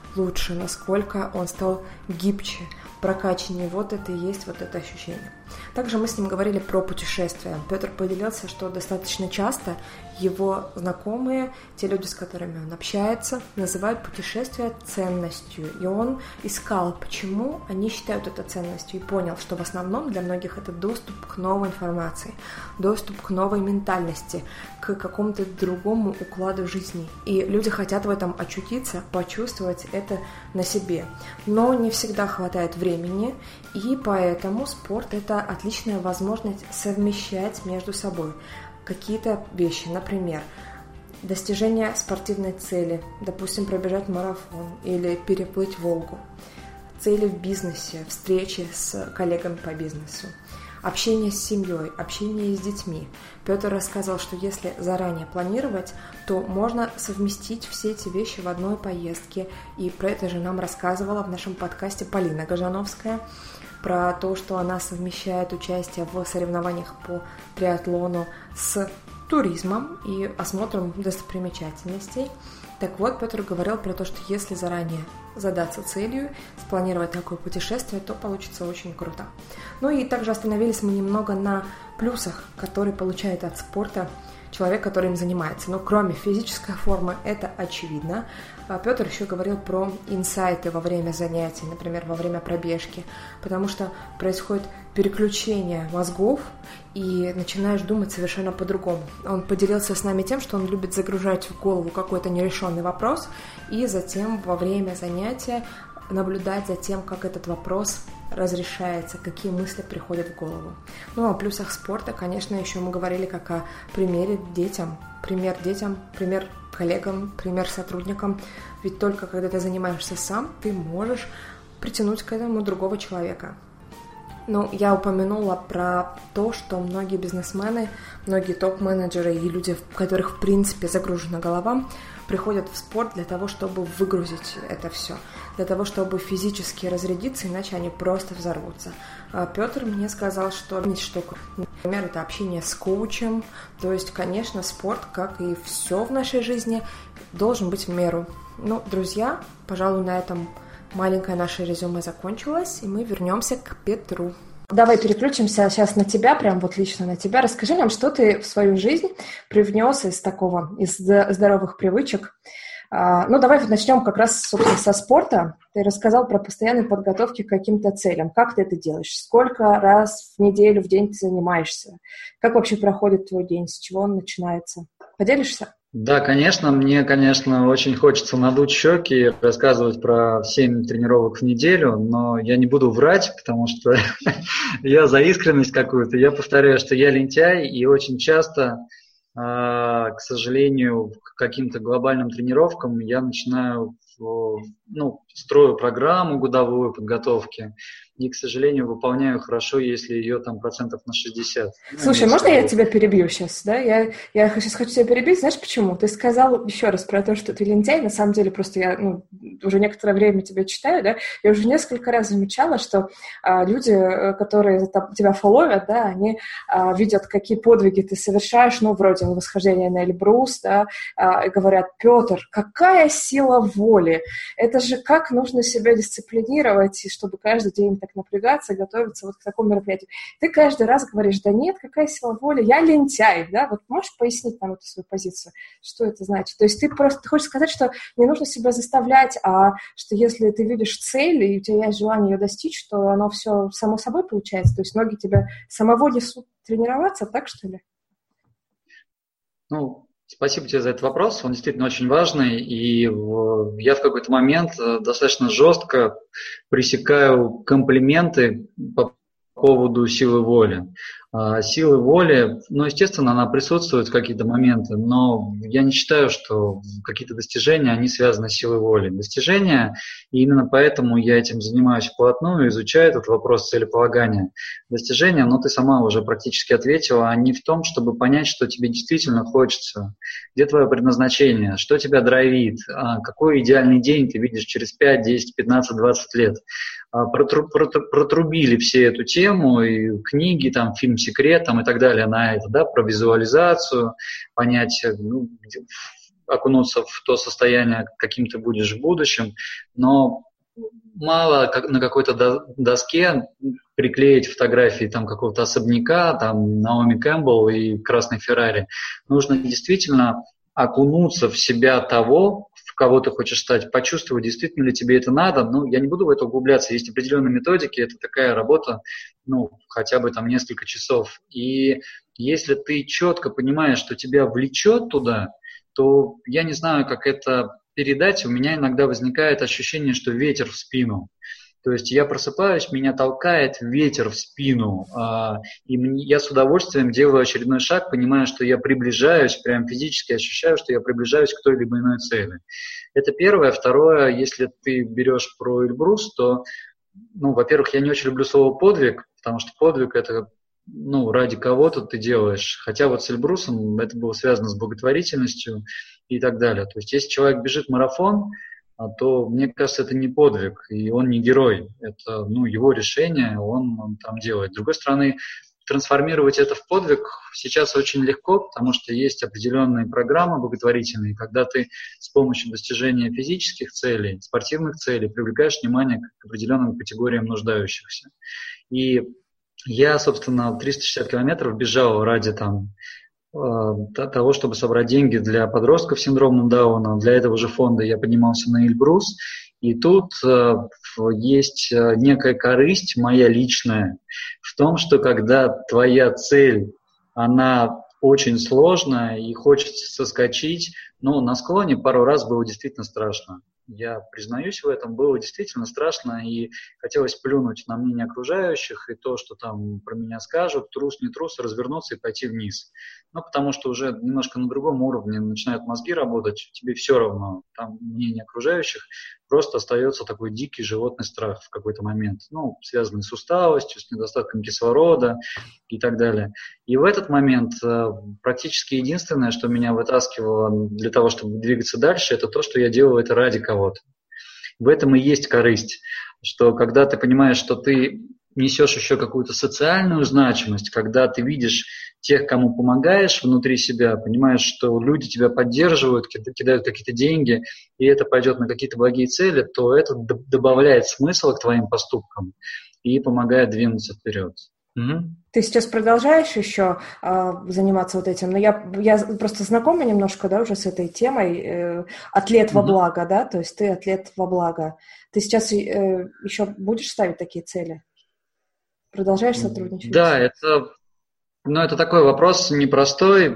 лучше, насколько он стал гибче, прокачаннее. Вот это и есть вот это ощущение. Также мы с ним говорили про путешествия. Петр поделился, что достаточно часто его знакомые, те люди, с которыми он общается, называют путешествия ценностью. И он искал, почему они считают это ценностью, и понял, что в основном для многих это доступ к новой информации, доступ к новой ментальности, к какому-то другому укладу жизни. И люди хотят в этом очутиться, почувствовать это на себе. Но не всегда хватает времени, и поэтому спорт – это отличная возможность совмещать между собой какие-то вещи, например, достижение спортивной цели, допустим, пробежать марафон или переплыть Волгу, цели в бизнесе, встречи с коллегами по бизнесу, общение с семьей, общение с детьми. Петр рассказал, что если заранее планировать, то можно совместить все эти вещи в одной поездке, и про это же нам рассказывала в нашем подкасте Полина Гожановская, про то, что она совмещает участие в соревнованиях по триатлону с туризмом и осмотром достопримечательностей. Так вот, Петр говорил про то, что если заранее задаться целью, спланировать такое путешествие, то получится очень круто. Ну и также остановились мы немного на плюсах, которые получает от спорта человек, который им занимается. Но кроме физической формы, это очевидно. Петр еще говорил про инсайты во время занятий, например, во время пробежки, потому что происходит переключение мозгов, и начинаешь думать совершенно по-другому. Он поделился с нами тем, что он любит загружать в голову какой-то нерешенный вопрос, и затем во время занятия наблюдать за тем, как этот вопрос разрешается, какие мысли приходят в голову. Ну, о плюсах спорта, конечно, еще мы говорили как о примере детям, пример коллегам, пример сотрудникам. Ведь только когда ты занимаешься сам, ты можешь притянуть к этому другого человека. Ну, я упомянула про то, что многие бизнесмены, многие топ-менеджеры и люди, у которых, в принципе, загружена голова, приходят в спорт для того, чтобы выгрузить это все, для того, чтобы физически разрядиться, иначе они просто взорвутся. Петр мне сказал, что, например, это общение с коучем, то есть, конечно, спорт, как и все в нашей жизни, должен быть в меру. Ну, друзья, пожалуй, на этом маленькое наше резюме закончилось, и мы вернемся к Петру. Давай переключимся сейчас на тебя, прям вот лично на тебя. Расскажи нам, что ты в свою жизнь привнес из здоровых привычек. Ну, давай начнем как раз, собственно, со спорта. Ты рассказал про постоянные подготовки к каким-то целям. Как ты это делаешь? Сколько раз в неделю, в день ты занимаешься? Как вообще проходит твой день? С чего он начинается? Поделишься?
Да, конечно, мне, очень хочется надуть щеки и рассказывать про 7 тренировок в неделю, но я не буду врать, потому что я за искренность какую-то. Я повторяю, что я лентяй, и очень часто, к сожалению, к каким-то глобальным тренировкам я начинаю, строю программу годовой подготовки, и, к сожалению, выполняю хорошо, если ее там процентов на 60.
Слушай, можно я тебя перебью сейчас, да? Я сейчас хочу тебя перебить, знаешь почему? Ты сказал еще раз про то, что ты лентяй, на самом деле просто я уже некоторое время тебя читаю, да? Я уже несколько раз замечала, что люди, которые тебя фолловят, да, они видят, какие подвиги ты совершаешь, вроде восхождения на Эльбрус, да, и говорят: Петр, какая сила воли! Это же как нужно себя дисциплинировать, и чтобы каждый день так напрягаться, готовиться вот к такому мероприятию. Ты каждый раз говоришь: да нет, какая сила воли, я лентяй, да? Вот можешь пояснить нам эту свою позицию? Что это значит? То есть ты хочешь сказать, что не нужно себя заставлять, а что если ты видишь цель, и у тебя есть желание ее достичь, то оно все само собой получается? То есть ноги тебя самого несут тренироваться, так что ли?
Спасибо тебе за этот вопрос, он действительно очень важный, и я в какой-то момент достаточно жестко пресекаю комплименты по поводу силы воли. Силы воли, естественно, она присутствует в какие-то моменты, но я не считаю, что какие-то достижения, они связаны с силой воли. Достижения, и именно поэтому я этим занимаюсь вплотную, изучаю этот вопрос целеполагания. Достижения, ты сама уже практически ответила, они в том, чтобы понять, что тебе действительно хочется, где твое предназначение, что тебя драйвит, какой идеальный день ты видишь через 5, 10, 15, 20 лет. Протрубили все эту тему, и книги, фильм «Секрет» и так далее на это, да, про визуализацию, понять, окунуться в то состояние, каким ты будешь в будущем, но мало как на какой-то доске приклеить фотографии там какого-то особняка, там Наоми Кэмпбелл и красной Феррари. Нужно действительно окунуться в себя того, в кого ты хочешь стать, почувствовать, действительно ли тебе это надо. Ну, я не буду в это углубляться, есть определенные методики, это такая работа, ну, хотя бы там несколько часов. И если ты четко понимаешь, что тебя влечет туда, то я не знаю, как это передать. У меня иногда возникает ощущение, что ветер в спину. То есть я просыпаюсь, меня толкает ветер в спину, и я с удовольствием делаю очередной шаг, понимая, что я приближаюсь, прям физически ощущаю, что я приближаюсь к той либо иной цели. Это первое. Второе, если ты берешь про Эльбрус, то, ну, во-первых, я не очень люблю слово «подвиг», потому что подвиг – это, ну, ради кого-то ты делаешь. Хотя вот с Эльбрусом это было связано с благотворительностью и так далее. То есть если человек бежит марафон, то, мне кажется, это не подвиг, и он не герой. Это, ну, его решение, он там делает. С другой стороны, трансформировать это в подвиг сейчас очень легко, потому что есть определенные программы благотворительные, когда ты с помощью достижения физических целей, спортивных целей привлекаешь внимание к определенным категориям нуждающихся. И я, собственно, 360 километров бежал ради там того, чтобы собрать деньги для подростков с синдромом Дауна. Для этого же фонда я поднимался на Эльбрус. И тут есть некая корысть, моя личная, в том, что когда твоя цель, она очень сложная и хочется соскочить, ну, на склоне пару раз было действительно страшно. Я признаюсь в этом, было действительно страшно, и хотелось плюнуть на мнение окружающих и то, что там про меня скажут, трус, не трус, развернуться и пойти вниз. Ну, потому что уже немножко на другом уровне начинают мозги работать, тебе все равно, там мнение окружающих, просто остается такой дикий животный страх в какой-то момент, ну, связанный с усталостью, с недостатком кислорода и так далее. И в этот момент практически единственное, что меня вытаскивало для того, чтобы двигаться дальше, это то, что я делаю это ради кого-то. В этом и есть корысть, что когда ты понимаешь, что ты несешь еще какую-то социальную значимость, когда ты видишь тех, кому помогаешь внутри себя, понимаешь, что люди тебя поддерживают, кидают какие-то деньги, и это пойдет на какие-то благие цели, то это добавляет смысла к твоим поступкам и помогает двинуться вперед. Угу.
Ты сейчас продолжаешь еще заниматься вот этим, но я просто знакома немножко, да, уже с этой темой, атлет во благо, да, то есть ты атлет во благо. Ты сейчас еще будешь ставить такие цели? Продолжаешь сотрудничать?
Да, это такой вопрос непростой.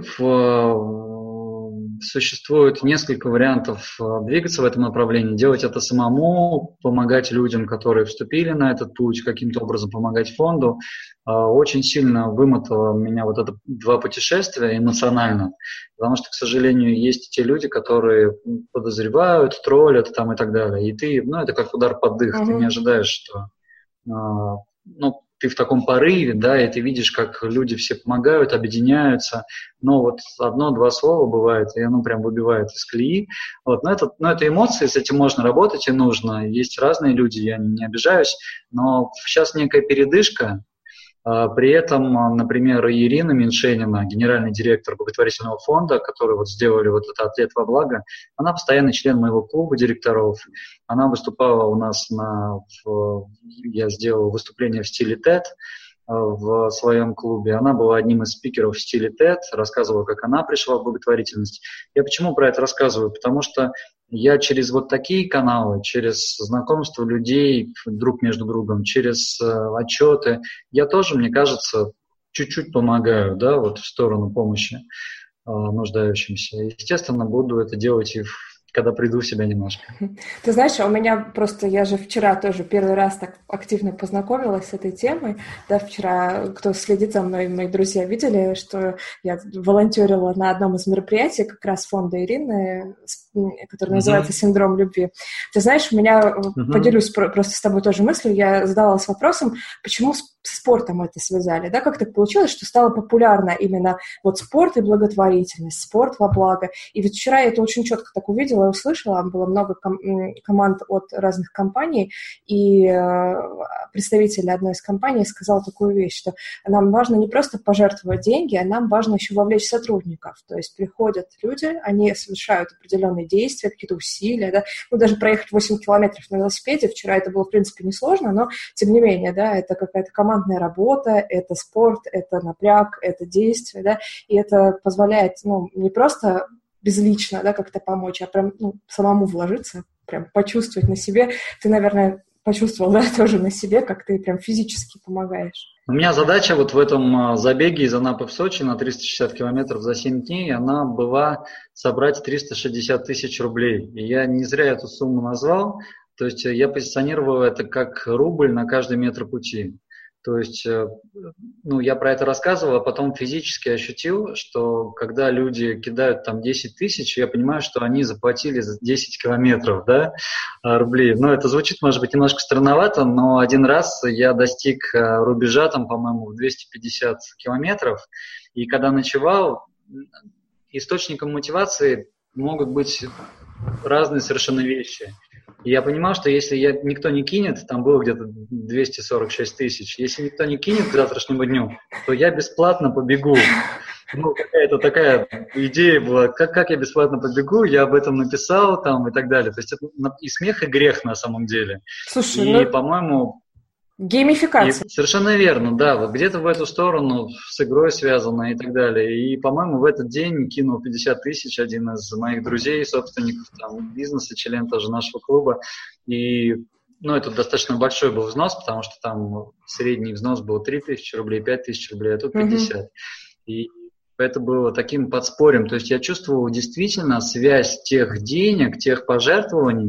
Существует несколько вариантов двигаться в этом направлении, делать это самому, помогать людям, которые вступили на этот путь, каким-то образом помогать фонду. Очень сильно вымотало меня вот это 2 путешествия эмоционально, потому что, к сожалению, есть те люди, которые подозревают, троллят там и так далее. И ты, ну, это как удар под дых, ты не ожидаешь, что, ну, ты в таком порыве, да, и ты видишь, как люди все помогают, объединяются, но вот 1-2 слова бывает, и оно прям выбивает из колеи. Вот, но это эмоции, с этим можно работать и нужно. Есть разные люди, я не обижаюсь, но сейчас некая передышка. При этом, например, Ирина Меньшенина, генеральный директор благотворительного фонда, который вот сделали вот это «Атлет во благо», она постоянный член моего клуба директоров. Она выступала у нас я сделал выступление в стиле TED в своем клубе. Она была одним из спикеров в стиле TED, рассказывала, как она пришла в благотворительность. Я почему про это рассказываю? Потому что я через вот такие каналы, через знакомство людей друг между другом, через отчеты, я тоже, мне кажется, чуть-чуть помогаю, да, вот в сторону помощи нуждающимся. Естественно, буду это делать и когда приду в себя немножко.
Ты знаешь, у меня просто, я же вчера тоже первый раз так активно познакомилась с этой темой, да, вчера, кто следит за мной, мои друзья видели, что я волонтерила на одном из мероприятий как раз фонда Ирины, который называется «Синдром любви». Ты знаешь, у меня, поделюсь просто с тобой тоже мыслью, я задавалась вопросом, почему с спортом это связали, да, как так получилось, что стало популярно именно вот спорт и благотворительность, спорт во благо, и ведь вчера я это очень четко так увидела, новое услышала, было много команд от разных компаний, и представитель одной из компаний сказал такую вещь, что нам важно не просто пожертвовать деньги, а нам важно еще вовлечь сотрудников. То есть приходят люди, они совершают определенные действия, какие-то усилия, да, ну, даже проехать 8 километров на велосипеде, вчера это было, в принципе, несложно, но, тем не менее, да, это какая-то командная работа, это спорт, это напряг, это действие, да, и это позволяет, ну, не просто безлично, да, как-то помочь, а прям, ну, самому вложиться, прям почувствовать на себе. Ты, наверное, почувствовал, да, тоже на себе, как ты прям физически помогаешь.
У меня задача вот в этом забеге из Анапы в Сочи на 360 километров за 7 дней, она была собрать 360 тысяч рублей. И я не зря эту сумму назвал, то есть я позиционировал это как рубль на каждый метр пути. То есть, ну, я про это рассказывал, а потом физически ощутил, что когда люди кидают там 10 тысяч, я понимаю, что они заплатили за 10 километров, да, рублей. Ну, это звучит, может быть, немножко странновато, но один раз я достиг рубежа, там, по-моему, в 250 километров, и когда ночевал, источником мотивации могут быть разные совершенно вещи. И я понимал, что если никто не кинет, там было где-то 246 тысяч, если никто не кинет к завтрашнему дню, то я бесплатно побегу. Ну, какая-то такая идея была, как я бесплатно побегу, я об этом написал там и так далее. То есть это и смех, и грех на самом деле.
Слушай,
и, по-моему...
Геймификация.
Совершенно верно, да, вот где-то в эту сторону с игрой связано и так далее. И, по-моему, в этот день кинул 50 тысяч один из моих друзей, собственников там, бизнеса, член тоже нашего клуба. И, ну, это достаточно большой был взнос, потому что там средний взнос был 3 тысячи рублей, 5 тысяч рублей, а тут 50. И это было таким подспорьем. То есть я чувствовал действительно связь тех денег, тех пожертвований,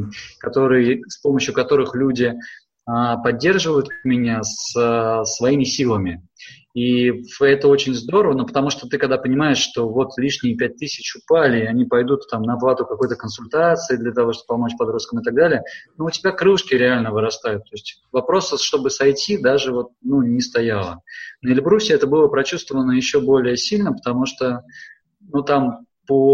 с помощью которых люди поддерживают меня своими силами. И это очень здорово, но потому что ты когда понимаешь, что вот лишние 5 тысяч упали, и они пойдут там на оплату какой-то консультации для того, чтобы помочь подросткам и так далее, ну, у тебя крылышки реально вырастают. То есть вопроса, чтобы сойти, даже вот, ну, не стояло. На Эльбрусе это было прочувствовано еще более сильно, потому что, ну, там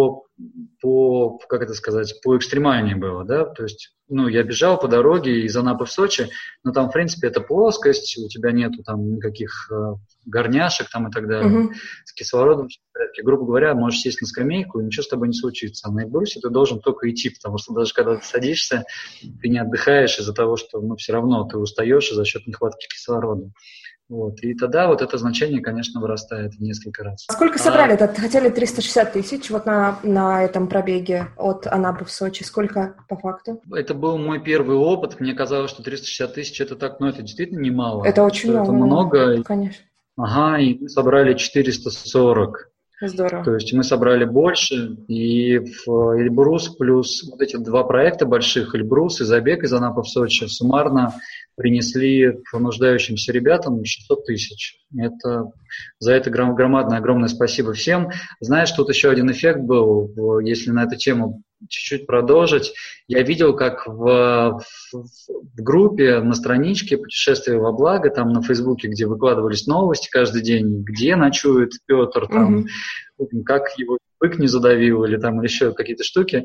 как это сказать, по экстремальнее было, да, то есть, ну, я бежал по дороге из Анапы в Сочи, но там, в принципе, это плоскость, у тебя нету там никаких горняшек там и так далее, с кислородом, грубо говоря, можешь сесть на скамейку, и ничего с тобой не случится, а на Эльбрусе ты должен только идти, потому что даже когда ты садишься, ты не отдыхаешь из-за того, что, ну, все равно ты устаешь за счет нехватки кислорода. Вот. И тогда вот это значение, конечно, вырастает в несколько раз.
Сколько собрали? Хотели 360 тысяч вот на этом пробеге от Анапы в Сочи. Сколько по факту?
Это был мой первый опыт. Мне казалось, что 360 тысяч это так, ну это действительно немало.
Это очень много.
Это много.
Да, конечно.
Ага, и мы собрали 440.
Здорово.
То есть мы собрали больше, и в Эльбрус плюс вот эти два проекта больших, Эльбрус и забег из Анапы в Сочи, суммарно принесли нуждающимся ребятам 600 тысяч. За это громадное, огромное спасибо всем. Знаешь, тут еще один эффект был, если на эту тему чуть-чуть продолжить. Я видел, как в группе, на страничке «Путешествие во благо», там на Фейсбуке, где выкладывались новости каждый день, где ночует Петр, там, как его бык не задавил или там еще какие-то штуки,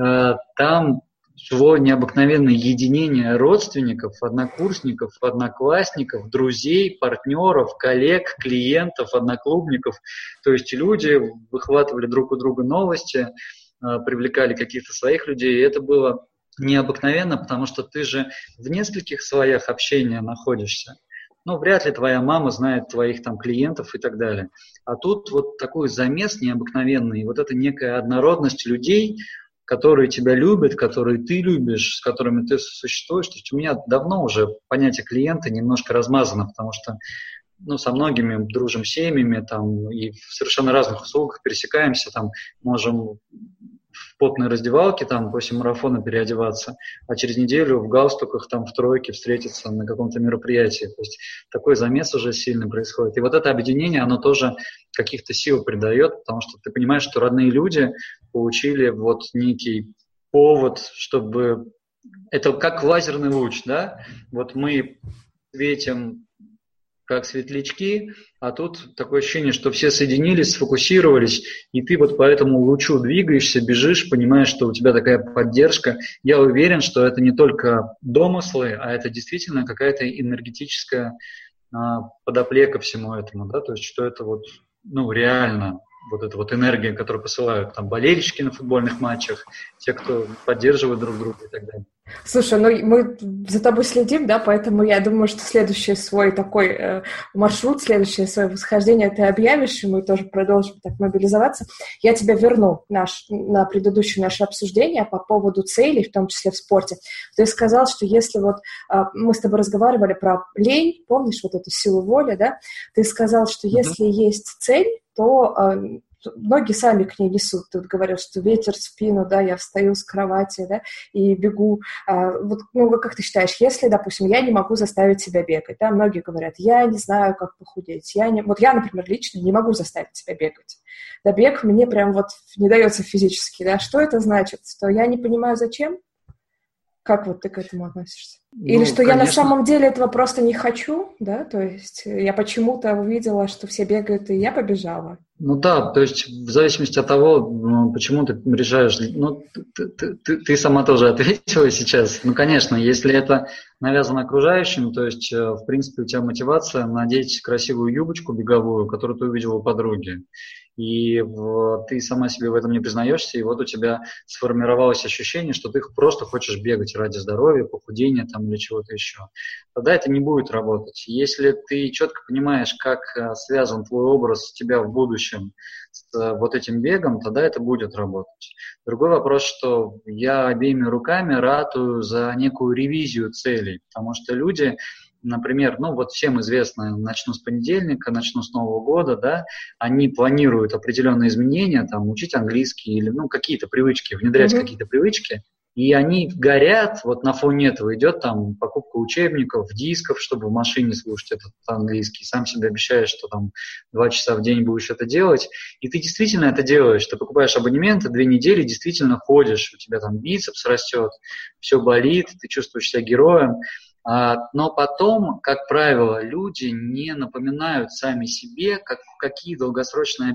там шло необыкновенное единение родственников, однокурсников, одноклассников, друзей, партнеров, коллег, клиентов, одноклубников. То есть люди выхватывали друг у друга новости, привлекали каких-то своих людей, и это было необыкновенно, потому что ты же в нескольких слоях общения находишься. Ну, вряд ли твоя мама знает твоих там клиентов и так далее. А тут вот такой замес необыкновенный, вот эта некая однородность людей, которые тебя любят, которые ты любишь, с которыми ты существуешь. То есть у меня давно уже понятие клиента немножко размазано, потому что ну, со многими дружим семьями там, и в совершенно разных услугах пересекаемся, там, можем в потной раздевалке там, после марафона переодеваться, а через неделю в галстуках там, в тройке встретиться на каком-то мероприятии. То есть такой замес уже сильно происходит. И вот это объединение, оно тоже каких-то сил придает, потому что ты понимаешь, что родные люди получили вот некий повод, чтобы... Это как лазерный луч, да? Вот мы светим как светлячки, а тут такое ощущение, что все соединились, сфокусировались, и ты вот по этому лучу двигаешься, бежишь, понимаешь, что у тебя такая поддержка. Я уверен, что это не только домыслы, а это действительно какая-то энергетическая подоплека всему этому, да, то есть что это вот, реально вот эта вот энергия, которую посылают там болельщики на футбольных матчах, те, кто поддерживает друг друга и так далее.
Слушай, мы за тобой следим, да, поэтому я думаю, что следующий свой такой маршрут, следующее свое восхождение ты объявишь, и мы тоже продолжим так мобилизоваться. Я тебя верну на предыдущее наше обсуждение по поводу целей, в том числе в спорте. Ты сказал, что если вот мы с тобой разговаривали про лень, помнишь вот эту силу воли, да? Ты сказал, что если есть цель, то ноги сами к ней несут. Ты вот говорил, что ветер в спину, да, я встаю с кровати, да, и бегу. Вот, как ты считаешь, если, допустим, я не могу заставить себя бегать, да, многие говорят, я не знаю, как похудеть. Вот я, например, лично не могу заставить себя бегать. Да, бег мне прям вот не дается физически, да. Что это значит? Что я не понимаю, зачем? Как вот ты к этому относишься? Или что
конечно.
Я на самом деле этого просто не хочу, да, то есть я почему-то увидела, что все бегают, и я побежала.
Да, то есть в зависимости от того, почему ты решаешь, ты сама тоже ответила сейчас. Конечно, если это навязано окружающим, то есть, в принципе, у тебя мотивация надеть красивую юбочку беговую, которую ты увидела у подруги, и ты сама себе в этом не признаешься, и вот у тебя сформировалось ощущение, что ты просто хочешь бегать ради здоровья, похудения там, или чего-то еще. Тогда это не будет работать. Если ты четко понимаешь, как связан твой образ тебя в будущем с вот этим бегом, тогда это будет работать. Другой вопрос, что я обеими руками ратую за некую ревизию целей, потому что люди, например, всем известно, начну с понедельника, начну с Нового года, да, они планируют определенные изменения, там, учить английский или, какие-то привычки, внедрять какие-то привычки, и они горят, вот на фоне этого идет там покупка учебников, дисков, чтобы в машине слушать этот английский, сам себе обещаешь, что там 2 часа в день будешь это делать, и ты действительно это делаешь, ты покупаешь абонементы, 2 недели действительно ходишь, у тебя там бицепс растет, все болит, ты чувствуешь себя героем. Но потом, как правило, люди не напоминают сами себе, какие долгосрочные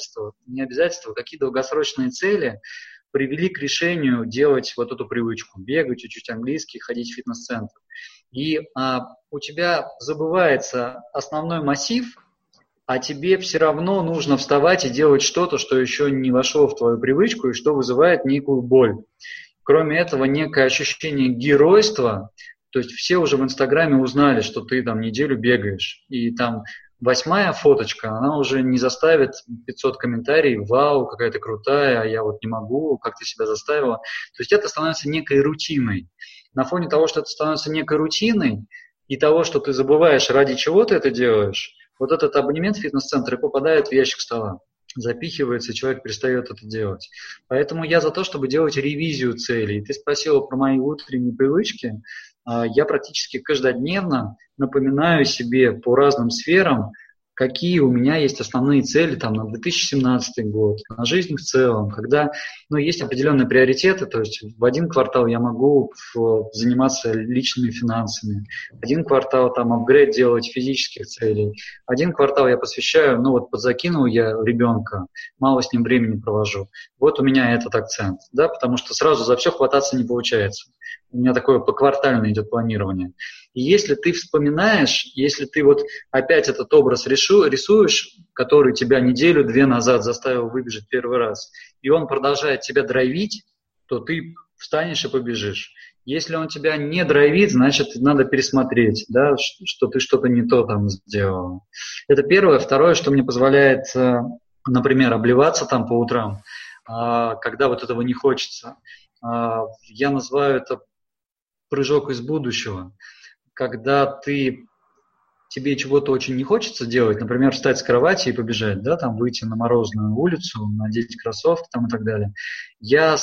какие долгосрочные цели привели к решению делать вот эту привычку, бегать, учить английский, ходить в фитнес-центр. И у тебя забывается основной массив, а тебе все равно нужно вставать и делать что-то, что еще не вошло в твою привычку и что вызывает некую боль. Кроме этого, некое ощущение геройства. То есть все уже в Инстаграме узнали, что ты там неделю бегаешь, и там 8-я фоточка, она уже не заставит 500 комментариев, вау, какая ты крутая, а я вот не могу, как ты себя заставила. То есть это становится некой рутиной. На фоне того, что это становится некой рутиной, и того, что ты забываешь, ради чего ты это делаешь, вот этот абонемент в фитнес-центр и попадает в ящик стола. Запихивается, человек перестает это делать. Поэтому я за то, чтобы делать ревизию целей. Ты спросила про мои утренние привычки. Я практически каждодневно напоминаю себе по разным сферам, какие у меня есть основные цели там, на 2017 год, на жизнь в целом, когда есть определенные приоритеты, то есть в один квартал я могу заниматься личными финансами, один квартал там апгрейд делать физических целей, один квартал я посвящаю, подзакинул я ребенка, мало с ним времени провожу, вот у меня этот акцент, да, потому что сразу за все хвататься не получается. У меня такое поквартально идет планирование. И если ты вспоминаешь, если ты вот опять этот образ рисуешь, который тебя неделю-две назад заставил выбежать первый раз, и он продолжает тебя драйвить, то ты встанешь и побежишь. Если он тебя не драйвит, значит, надо пересмотреть, да, что ты что-то не то там сделал. Это первое. Второе, что мне позволяет, например, обливаться там по утрам, когда вот этого не хочется. Я называю это прыжок из будущего, когда тебе чего-то очень не хочется делать, например, встать с кровати и побежать, да, там выйти на морозную улицу, надеть кроссовки там и так далее. Я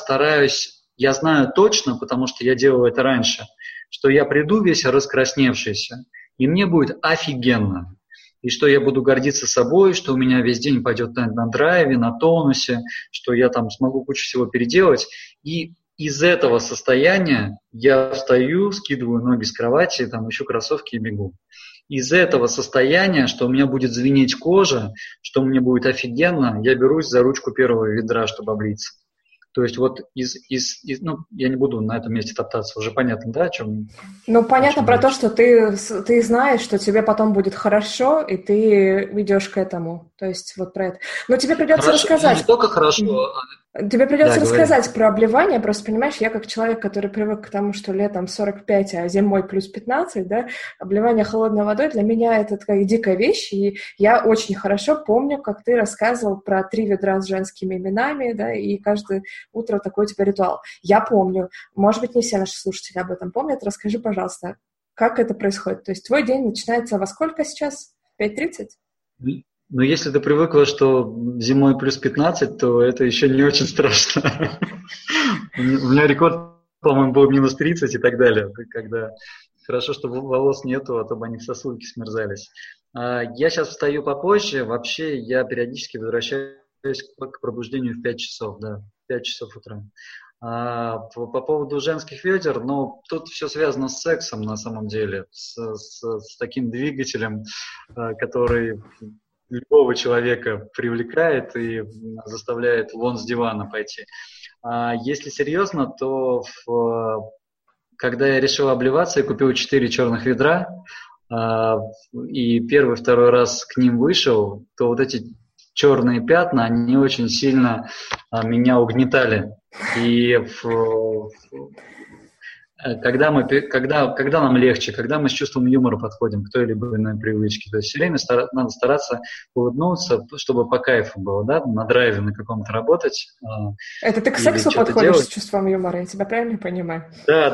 знаю точно, потому что я делал это раньше, что я приду весь раскрасневшийся, и мне будет офигенно. И что я буду гордиться собой, что у меня весь день пойдет на драйве, на тонусе, что я там смогу кучу всего переделать. И из этого состояния я встаю, скидываю ноги с кровати, там ищу кроссовки и бегу. из этого состояния, что у меня будет звенеть кожа, что мне будет офигенно, я берусь за ручку первого ведра, чтобы облиться. То есть вот ну, я не буду на этом месте топтаться, уже понятно, да, о чем?
Ну, понятно про то, что ты знаешь, что тебе потом будет хорошо, и ты идешь к этому. То есть вот про это. Но тебе придется рассказать.
Не только хорошо.
Тебе придется рассказать про обливание, просто, понимаешь, я как человек, который привык к тому, что летом 45, а зимой плюс 15, да, обливание холодной водой для меня это такая дикая вещь, и я очень хорошо помню, как ты рассказывал про 3 ведра с женскими именами, да, и каждое утро такой у тебя ритуал. Я помню, может быть, не все наши слушатели об этом помнят, расскажи, пожалуйста, как это происходит? То есть твой день начинается во сколько сейчас? 5:30?
Но если ты привыкла, что зимой плюс 15, то это еще не очень страшно. У меня рекорд, по-моему, был минус 30 и так далее. Когда хорошо, что волос нету, а то бы они в сосульки смерзались. Я сейчас встаю попозже. Вообще я периодически возвращаюсь к пробуждению в 5 часов, да, 5 часов утра. По поводу женских ведер, ну, тут все связано с сексом на самом деле, с таким двигателем, который любого человека привлекает и заставляет вон с дивана пойти. Если серьезно, то когда я решил обливаться, я купил 4 черных ведра, и первый, второй раз к ним вышел, то вот эти черные пятна, они очень сильно меня угнетали. И когда нам легче, когда мы с чувством юмора подходим к той или иной привычке, то есть все время надо стараться улыбнуться, чтобы по кайфу было, да, на драйве на каком-то работать.
Это ты к сексу подходишь с чувством юмора, я тебя правильно понимаю?
Да,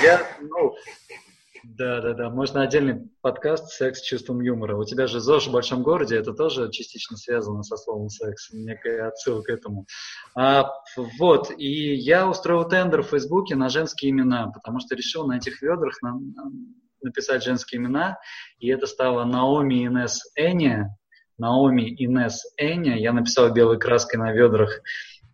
да, можно отдельный подкаст «Секс с чувством юмора». У тебя же ЗОЖ в большом городе, это тоже частично связано со словом «секс», некая отсылка к этому. Вот, и я устроил тендер в Фейсбуке на женские имена, потому что решил на этих ведрах написать женские имена, и это стало Наоми Инесс Эня. Наоми Инесс Эня, я написал белой краской на ведрах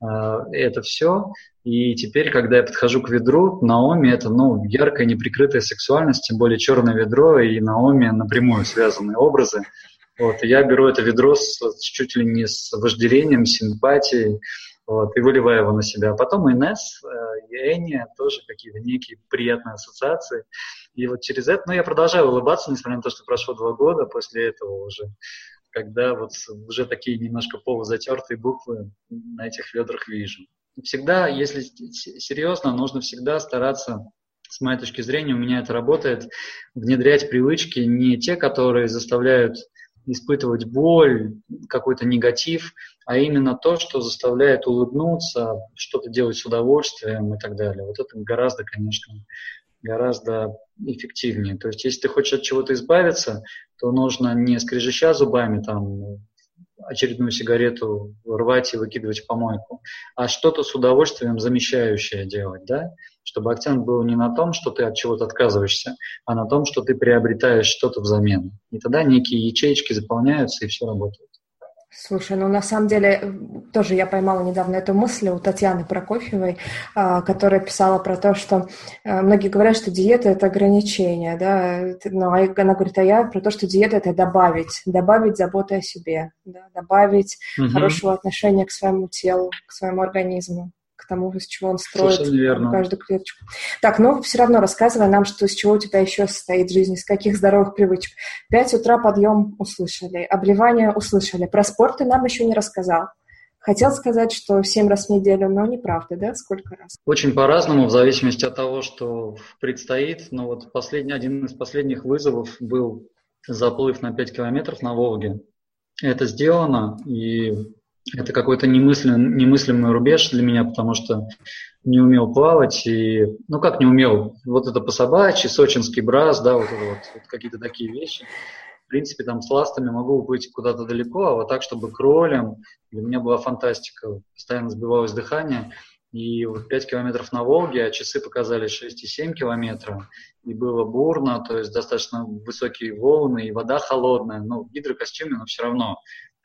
это все. И теперь, когда я подхожу к ведру, Наоми – это яркая, неприкрытая сексуальность, тем более черное ведро и Наоми напрямую связанные образы. Вот, и я беру это ведро чуть ли не с вожделением, симпатией, вот, и выливаю его на себя. А потом Инесс и Энни тоже какие-то некие приятные ассоциации. И вот через это, я продолжаю улыбаться, несмотря на то, что прошло 2 года после этого уже, когда вот уже такие немножко полузатертые буквы на этих ведрах вижу. Всегда, если серьезно, нужно всегда стараться, с моей точки зрения, у меня это работает, внедрять привычки не те, которые заставляют испытывать боль, какой-то негатив, а именно то, что заставляет улыбнуться, что-то делать с удовольствием и так далее. Вот это гораздо, конечно, гораздо эффективнее. То есть, если ты хочешь от чего-то избавиться, то нужно не скрежеща зубами, очередную сигарету рвать и выкидывать в помойку, а что-то с удовольствием замещающее делать, да? Чтобы акцент был не на том, что ты от чего-то отказываешься, а на том, что ты приобретаешь что-то взамен. И тогда некие ячеечки заполняются, и все работает.
Слушай, на самом деле, тоже я поймала недавно эту мысль у Татьяны Прокофьевой, которая писала про то, что многие говорят, что диета – это ограничение, да, но она говорит, а я про то, что диета – это добавить заботы о себе, да, добавить хорошего отношения к своему телу, к своему организму, к тому, из чего он строит каждую клеточку. Так, все равно рассказывай нам, что из чего у тебя еще состоит жизнь, из каких здоровых привычек. 5 утра подъем услышали, обливание услышали. Про спорт ты нам еще не рассказал. Хотел сказать, что 7 раз в неделю, но неправда, да? Сколько раз?
Очень по-разному, в зависимости от того, что предстоит. Но вот один из последних вызовов был заплыв на 5 километров на Волге. Это сделано, и это какой-то немыслимый рубеж для меня, потому что не умел плавать. И, как не умел? Вот это по-собачьи, сочинский брас, да, вот какие-то такие вещи. В принципе, с ластами могу уплыть куда-то далеко, а вот так, чтобы кролем, для меня была фантастика. Постоянно сбивалось дыхание. И вот 5 километров на Волге, а часы показали 6,7 километра. И было бурно, то есть достаточно высокие волны, и вода холодная. В гидрокостюме, но все равно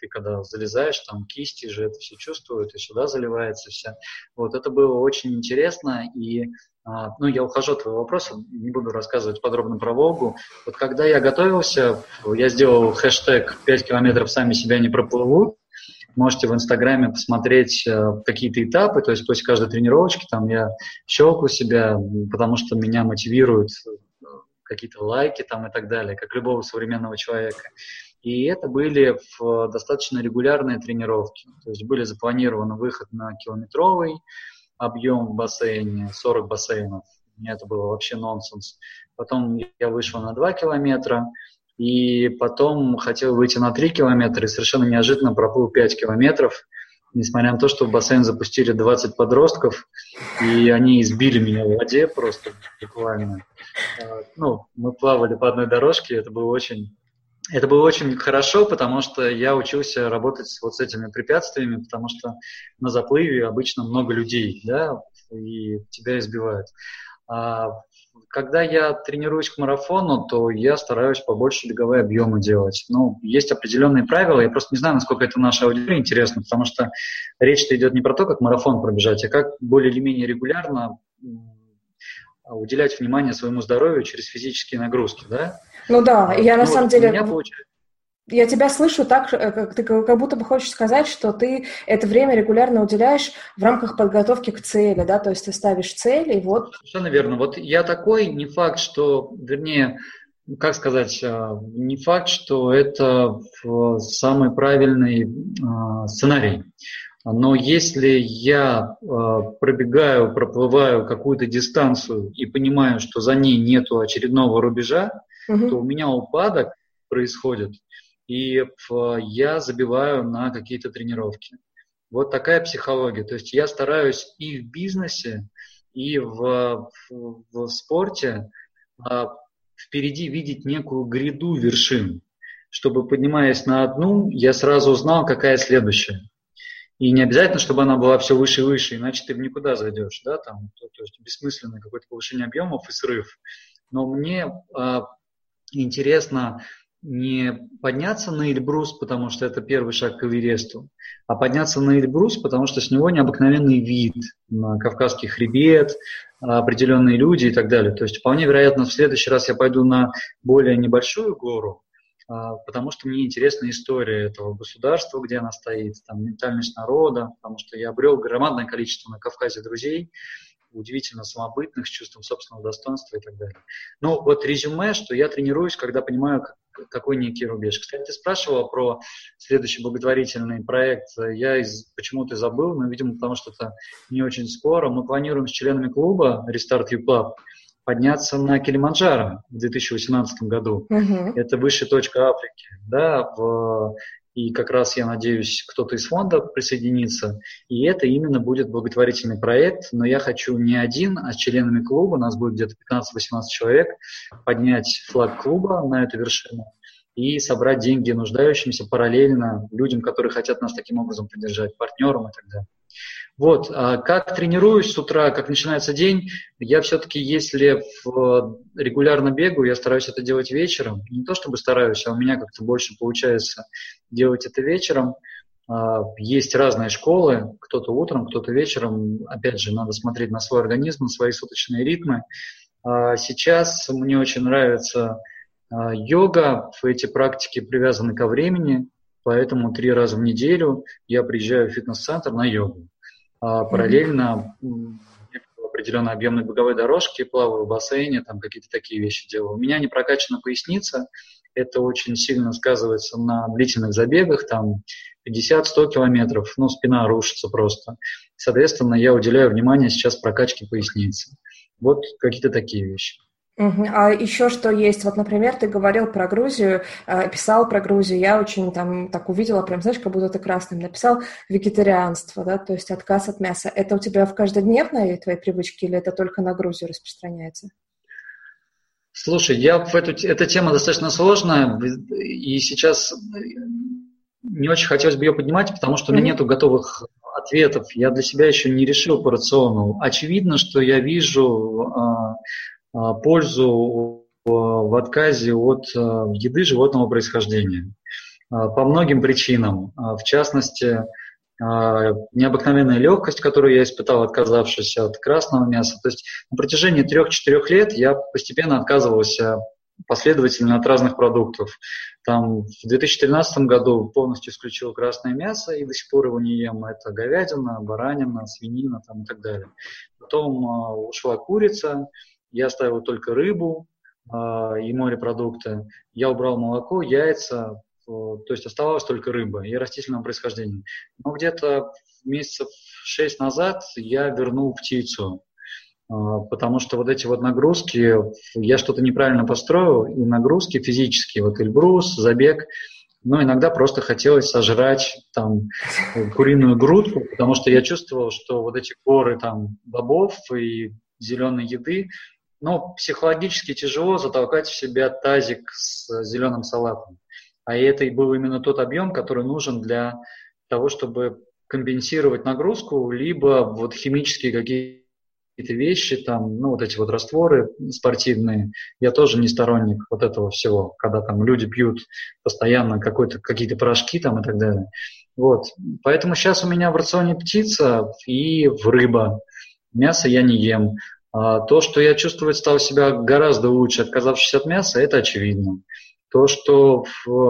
ты когда залезаешь, там кисти же это все чувствуют, и сюда заливается все. Вот это было очень интересно, и я ухожу от твоего вопроса, не буду рассказывать подробно про Волгу. Вот когда я готовился, я сделал хэштег «5 километров сами себя не проплывут». Можете в Инстаграме посмотреть какие-то этапы, то есть после каждой тренировочки там я щелкаю себя, потому что меня мотивируют какие-то лайки там и так далее, как любого современного человека. И это были достаточно регулярные тренировки. То есть были запланированы выход на километровый объем в бассейне, 40 бассейнов. Мне это было вообще нонсенс. Потом я вышел на 2 километра, и потом хотел выйти на 3 километра, и совершенно неожиданно проплыл 5 километров, несмотря на то, что в бассейн запустили 20 подростков, и они избили меня в воде просто буквально. Мы плавали по одной дорожке, это было очень хорошо, потому что я учился работать вот с этими препятствиями, потому что на заплыве обычно много людей, да, и тебя избивают. Когда я тренируюсь к марафону, то я стараюсь побольше беговые объемы делать. Есть определенные правила, я просто не знаю, насколько это нашей аудитории интересно, потому что речь-то идет не про то, как марафон пробежать, а как более или менее регулярно уделять внимание своему здоровью через физические нагрузки, да?
Я на самом деле...
У меня получается...
Я тебя слышу так, как ты как будто бы хочешь сказать, что ты это время регулярно уделяешь в рамках подготовки к цели, да, то есть ты ставишь цель, и вот... Совершенно
верно. Вот я такой, не факт, что, не факт, что это самый правильный сценарий. Но если я проплываю какую-то дистанцию и понимаю, что за ней нету очередного рубежа, то у меня упадок происходит, и я забиваю на какие-то тренировки. Вот такая психология. То есть я стараюсь и в бизнесе, и в спорте впереди видеть некую гряду вершин, чтобы, поднимаясь на одну, я сразу знал, какая следующая. И не обязательно, чтобы она была все выше и выше, иначе ты в никуда зайдешь, да, там, то есть бессмысленное какое-то повышение объемов и срыв. Но мне интересно не подняться на Эльбрус, потому что это первый шаг к Эвересту, а подняться на Эльбрус, потому что с него необыкновенный вид на Кавказский хребет, определенные люди и так далее. То есть вполне вероятно, в следующий раз я пойду на более небольшую гору, потому что мне интересна история этого государства, где она стоит, там, ментальность народа, потому что я обрел громадное количество на Кавказе друзей, удивительно самобытных, с чувством собственного достоинства и так далее. Вот резюме, что я тренируюсь, когда понимаю, какой некий рубеж. Кстати, ты спрашивала про следующий благотворительный проект. Я почему-то забыл, но, видимо, потому что это не очень скоро. Мы планируем с членами клуба Restart You Club подняться на Килиманджаро в 2018 году. Это высшая точка Африки, да, и как раз, я надеюсь, кто-то из фонда присоединится. И это именно будет благотворительный проект. Но я хочу не один, а с членами клуба, нас будет где-то 15-18 человек, поднять флаг клуба на эту вершину и собрать деньги нуждающимся параллельно людям, которые хотят нас таким образом поддержать, партнерам и так далее. Вот, как тренируюсь с утра, как начинается день, я все-таки, если регулярно бегаю, я стараюсь это делать вечером. Не то чтобы стараюсь, а у меня как-то больше получается делать это вечером. Есть разные школы, кто-то утром, кто-то вечером. Опять же, надо смотреть на свой организм, на свои суточные ритмы. Сейчас мне очень нравится йога, эти практики привязаны ко времени, поэтому 3 раза в неделю я приезжаю в фитнес-центр на йогу. Параллельно определенный объем на беговой дорожке, плаваю в бассейне, там какие-то такие вещи делаю. У меня не прокачана поясница, это очень сильно сказывается на длительных забегах, там 50-100 километров, спина рушится просто. Соответственно, я уделяю внимание сейчас прокачке поясницы. Вот какие-то такие вещи.
А еще что есть? Вот, например, ты говорил про Грузию, писал про Грузию, я очень там так увидела, прям, знаешь, как будто ты красным написал, вегетарианство, да, то есть отказ от мяса. Это у тебя в каждодневной твоей привычке или это только на Грузию распространяется?
Слушай, эта тема достаточно сложная, и сейчас не очень хотелось бы ее поднимать, потому что у меня нету готовых ответов. Я для себя еще не решил по рациону. Очевидно, что я вижу пользу в отказе от еды животного происхождения. по многим причинам. В частности, необыкновенная легкость, которую я испытал, отказавшись от красного мяса. То есть на протяжении 3-4 лет я постепенно отказывался последовательно от разных продуктов. Там, в 2013 году полностью исключил красное мясо и до сих пор его не ем. Это говядина, баранина, свинина там, и так далее. Потом ушла курица, я оставил только рыбу и морепродукты. Я убрал молоко, яйца, то есть оставалась только рыба и растительного происхождения. Но где-то месяцев 6 назад я вернул птицу, потому что вот эти вот нагрузки, я что-то неправильно построил, и нагрузки физические, вот Эльбрус, забег, но иногда просто хотелось сожрать там куриную грудку, потому что я чувствовал, что вот эти горы там бобов и зеленой еды, но психологически тяжело затолкать в себя тазик с зеленым салатом. А это и был именно тот объем, который нужен для того, чтобы компенсировать нагрузку, либо вот химические какие-то вещи, там, ну, вот эти вот растворы спортивные. Я тоже не сторонник вот этого всего, когда там люди пьют постоянно какие-то порошки там и так далее. Вот. Поэтому сейчас у меня в рационе птица и рыба. Мясо я не ем. То, что я чувствовать стал себя гораздо лучше, отказавшись от мяса, это очевидно. То, что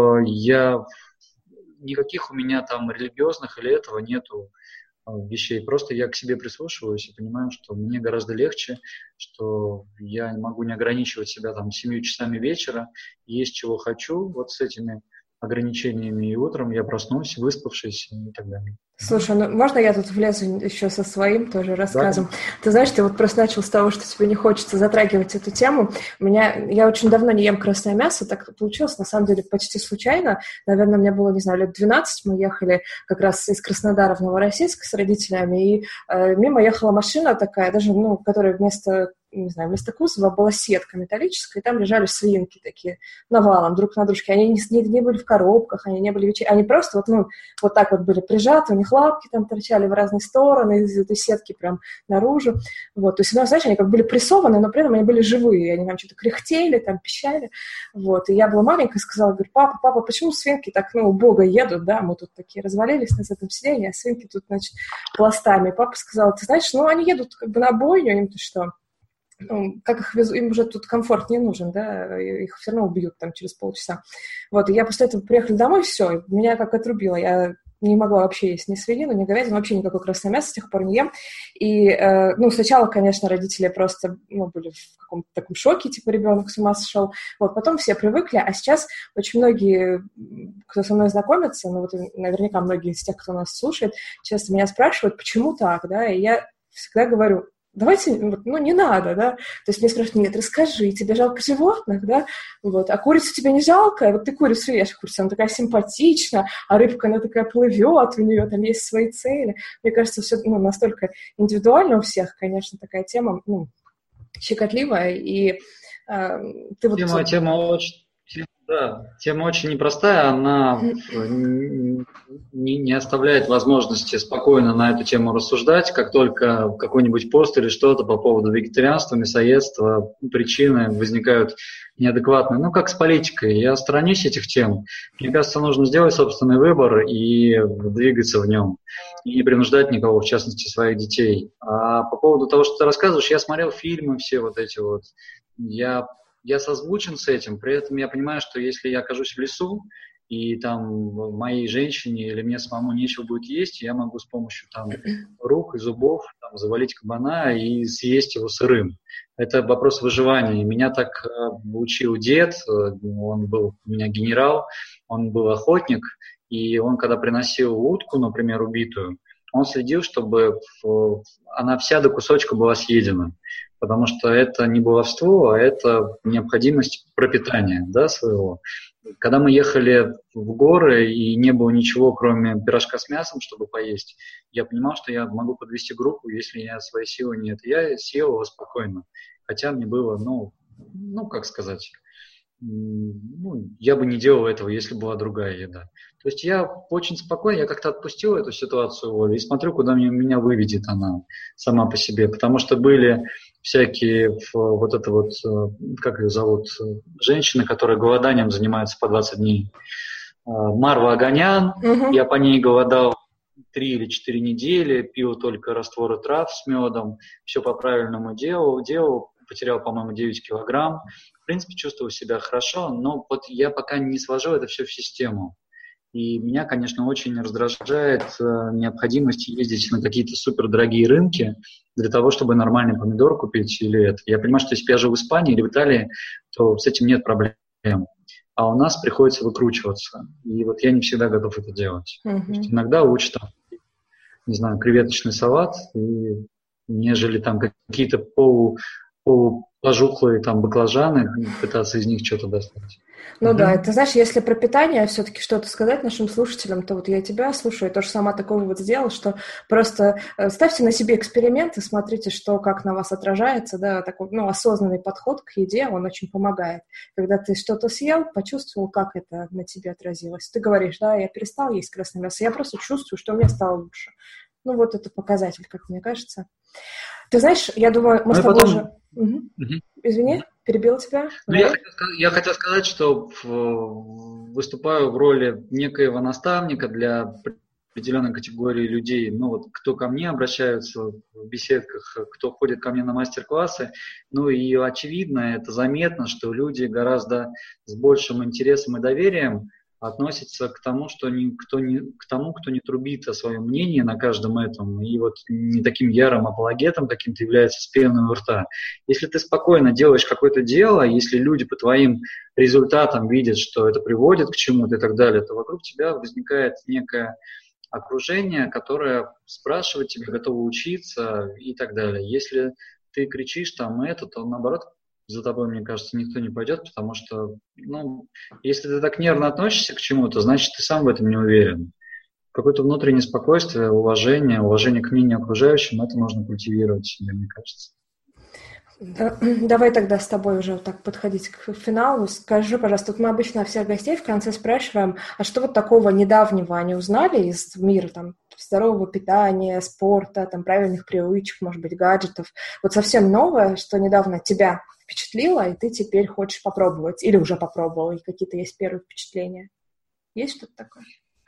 никаких у меня там религиозных или этого нету вещей. Просто я к себе прислушиваюсь и понимаю, что мне гораздо легче, что я могу не ограничивать себя там 7 часами вечера, есть чего хочу, вот с этими ограничениями, и утром я проснусь, выспавшись и так далее.
Слушай, ну можно я тут влезу еще со своим тоже рассказом? Да. Ты знаешь, ты вот просто начал с того, что тебе не хочется затрагивать эту тему. Я очень давно не ем красное мясо, так получилось, на самом деле, почти случайно. Наверное, мне было, не знаю, лет 12, мы ехали как раз из Краснодара в Новороссийск с родителями, и мимо ехала машина такая, даже, которая вместо кузова была сетка металлическая, и там лежали свинки такие навалом друг на дружке. Они не были в коробках, они не были они просто вот так вот были прижаты, у них лапки там торчали в разные стороны, из этой сетки прям наружу. Вот. То есть, знаешь, они как были прессованы, но при этом они были живые, они там что-то кряхтели, там пищали. Вот. И я была маленькая и сказала, говорю, папа, почему свинки так, убого едут, да, мы тут такие развалились на этом сиденье, а свинки тут, значит, пластами. И папа сказал, ты знаешь, они едут как бы на бойню, им-то что? Как их везут, им уже тут комфорт не нужен, да, их все равно убьют там через полчаса. Вот, и я после этого приехала домой, все, меня как отрубило, я не могла вообще есть ни свинину, ни говядину, вообще никакое красное мясо с тех пор не ем. И, сначала, конечно, родители просто, были в каком-то таком шоке, типа ребенок с ума сошел. Вот, потом все привыкли, а сейчас очень многие, кто со мной знакомится, наверняка многие из тех, кто нас слушает, часто меня спрашивают, почему так, да, и я всегда говорю, давайте, не надо, да, то есть мне спрашивают, нет, расскажи, тебе жалко животных, да, вот, а курицу тебе не жалко, вот ты курицу ешь, курица, она такая симпатична, а рыбка, она такая плывет, у нее там есть свои цели, мне кажется, все, настолько индивидуально у всех, конечно, такая тема, щекотливая, и ты вот...
Тема очень непростая, она не оставляет возможности спокойно на эту тему рассуждать, как только какой-нибудь пост или что-то по поводу вегетарианства, мясоедства, причины возникают неадекватные. Как с политикой, я сторонюсь этих тем. Мне кажется, нужно сделать собственный выбор и двигаться в нем, и не принуждать никого, в частности, своих детей. А по поводу того, что ты рассказываешь, я смотрел фильмы все вот эти вот, я созвучен с этим, при этом я понимаю, что если я окажусь в лесу, и там моей женщине или мне самому нечего будет есть, я могу с помощью там рук и зубов там, завалить кабана и съесть его сырым. Это вопрос выживания. Меня так учил дед, он был у меня генерал, он был охотник, и он, когда приносил утку, например, убитую, он следил, чтобы она вся до кусочка была съедена. Потому что это не баловство, а это необходимость пропитания, да, своего. Когда мы ехали в горы и не было ничего, кроме пирожка с мясом, чтобы поесть, я понимал, что я могу подвести группу, если я своей силы нет. Я съел его спокойно, хотя мне было, как сказать, я бы не делал этого, если была другая еда. То есть я очень спокойно, я как-то отпустил эту ситуацию, Оля, и смотрю, куда меня выведет она сама по себе. Потому что были всякие, как ее зовут, женщины, которые голоданием занимаются по 20 дней. Марва Аганян, я по ней голодал 3 или 4 недели, пил только растворы трав с медом, все по правильному делал, потерял, по-моему, 9 килограмм. В принципе, чувствовал себя хорошо, но вот я пока не сложил это все в систему. И меня, конечно, очень раздражает необходимость ездить на какие-то супердорогие рынки для того, чтобы нормальный помидор купить или это. Я понимаю, что если бы я жил в Испании или в Италии, то с этим нет проблем. А у нас приходится выкручиваться. И вот я не всегда готов это делать. То есть иногда лучше там, не знаю, креветочный салат, нежели там какие-то полупожухлые там баклажаны, пытаться из них что-то достать.
Ну да, ты знаешь, если про питание все-таки что-то сказать нашим слушателям, то вот я тебя слушаю, и тоже сама такой вывод сделала, что просто ставьте на себе эксперимент и смотрите, что как на вас отражается, да, такой, осознанный подход к еде, он очень помогает. Когда ты что-то съел, почувствовал, как это на тебе отразилось. Ты говоришь, да, я перестал есть красное мясо, я просто чувствую, что мне стало лучше. Ну вот это показатель, как мне кажется. Ты знаешь, я думаю, мы с тобой уже... Извини, перебила тебя?
Я хотел сказать, что выступаю в роли некоего наставника для определенной категории людей. Ну вот кто ко мне обращаются в беседках, кто ходит ко мне на мастер-классы. Ну и очевидно, это заметно, что люди гораздо с большим интересом и доверием относится к тому, кто не трубит о своем мнении на каждом этом, и вот не таким ярым апологетом каким-то является с пеной у рта. Если ты спокойно делаешь какое-то дело, если люди по твоим результатам видят, что это приводит к чему-то и так далее, то вокруг тебя возникает некое окружение, которое спрашивает тебя, готово учиться и так далее. Если ты кричишь там это, то наоборот, за тобой, мне кажется, никто не пойдет, потому что, если ты так нервно относишься к чему-то, значит, ты сам в этом не уверен. Какое-то внутреннее спокойствие, уважение к мнению окружающим, это можно культивировать в себе, мне кажется.
Да, давай тогда с тобой уже так подходить к финалу. Скажи, пожалуйста, мы обычно всех гостей в конце спрашиваем, а что вот такого недавнего они узнали из мира там, здорового питания, спорта, там, правильных привычек, может быть, гаджетов? Вот совсем новое, что недавно тебя впечатлило, и ты теперь хочешь попробовать, или уже попробовал, и какие-то есть первые впечатления. Есть что-то такое?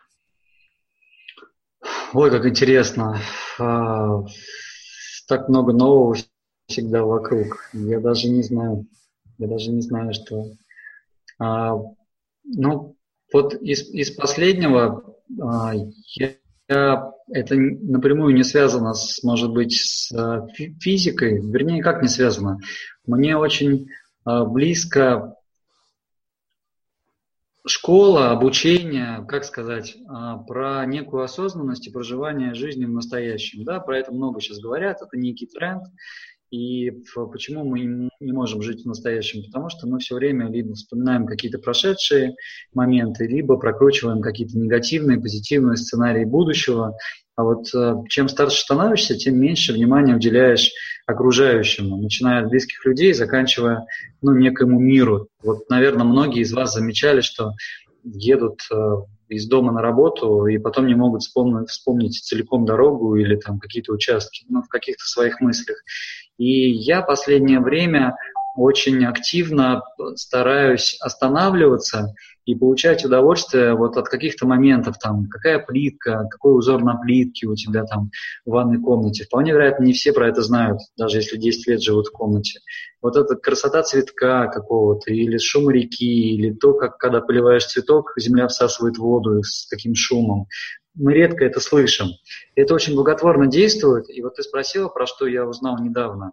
Ой, как интересно. Так много нового всегда вокруг. Я даже не знаю, что... Вот из последнего это напрямую не связано, может быть, с физикой, вернее, как не связано. Мне очень близко школа, обучение, как сказать, про некую осознанность и проживание жизни в настоящем. Да, про это много сейчас говорят, это некий тренд. И почему мы не можем жить в настоящем? Потому что мы все время либо вспоминаем какие-то прошедшие моменты, либо прокручиваем какие-то негативные, позитивные сценарии будущего. А вот чем старше становишься, тем меньше внимания уделяешь окружающему, начиная от близких людей, заканчивая некому миру. Вот, наверное, многие из вас замечали, что едут из дома на работу и потом не могут вспомнить целиком дорогу или там какие-то участки, в каких-то своих мыслях. И я последнее время очень активно стараюсь останавливаться и получать удовольствие вот от каких-то моментов, там, какая плитка, какой узор на плитке у тебя там в ванной комнате. Вполне вероятно, не все про это знают, даже если 10 лет живут в комнате. Вот эта красота цветка какого-то, или шум реки, или то, как когда поливаешь цветок, земля всасывает воду с таким шумом. Мы редко это слышим. Это очень благотворно действует. И вот ты спросила, про что я узнал недавно.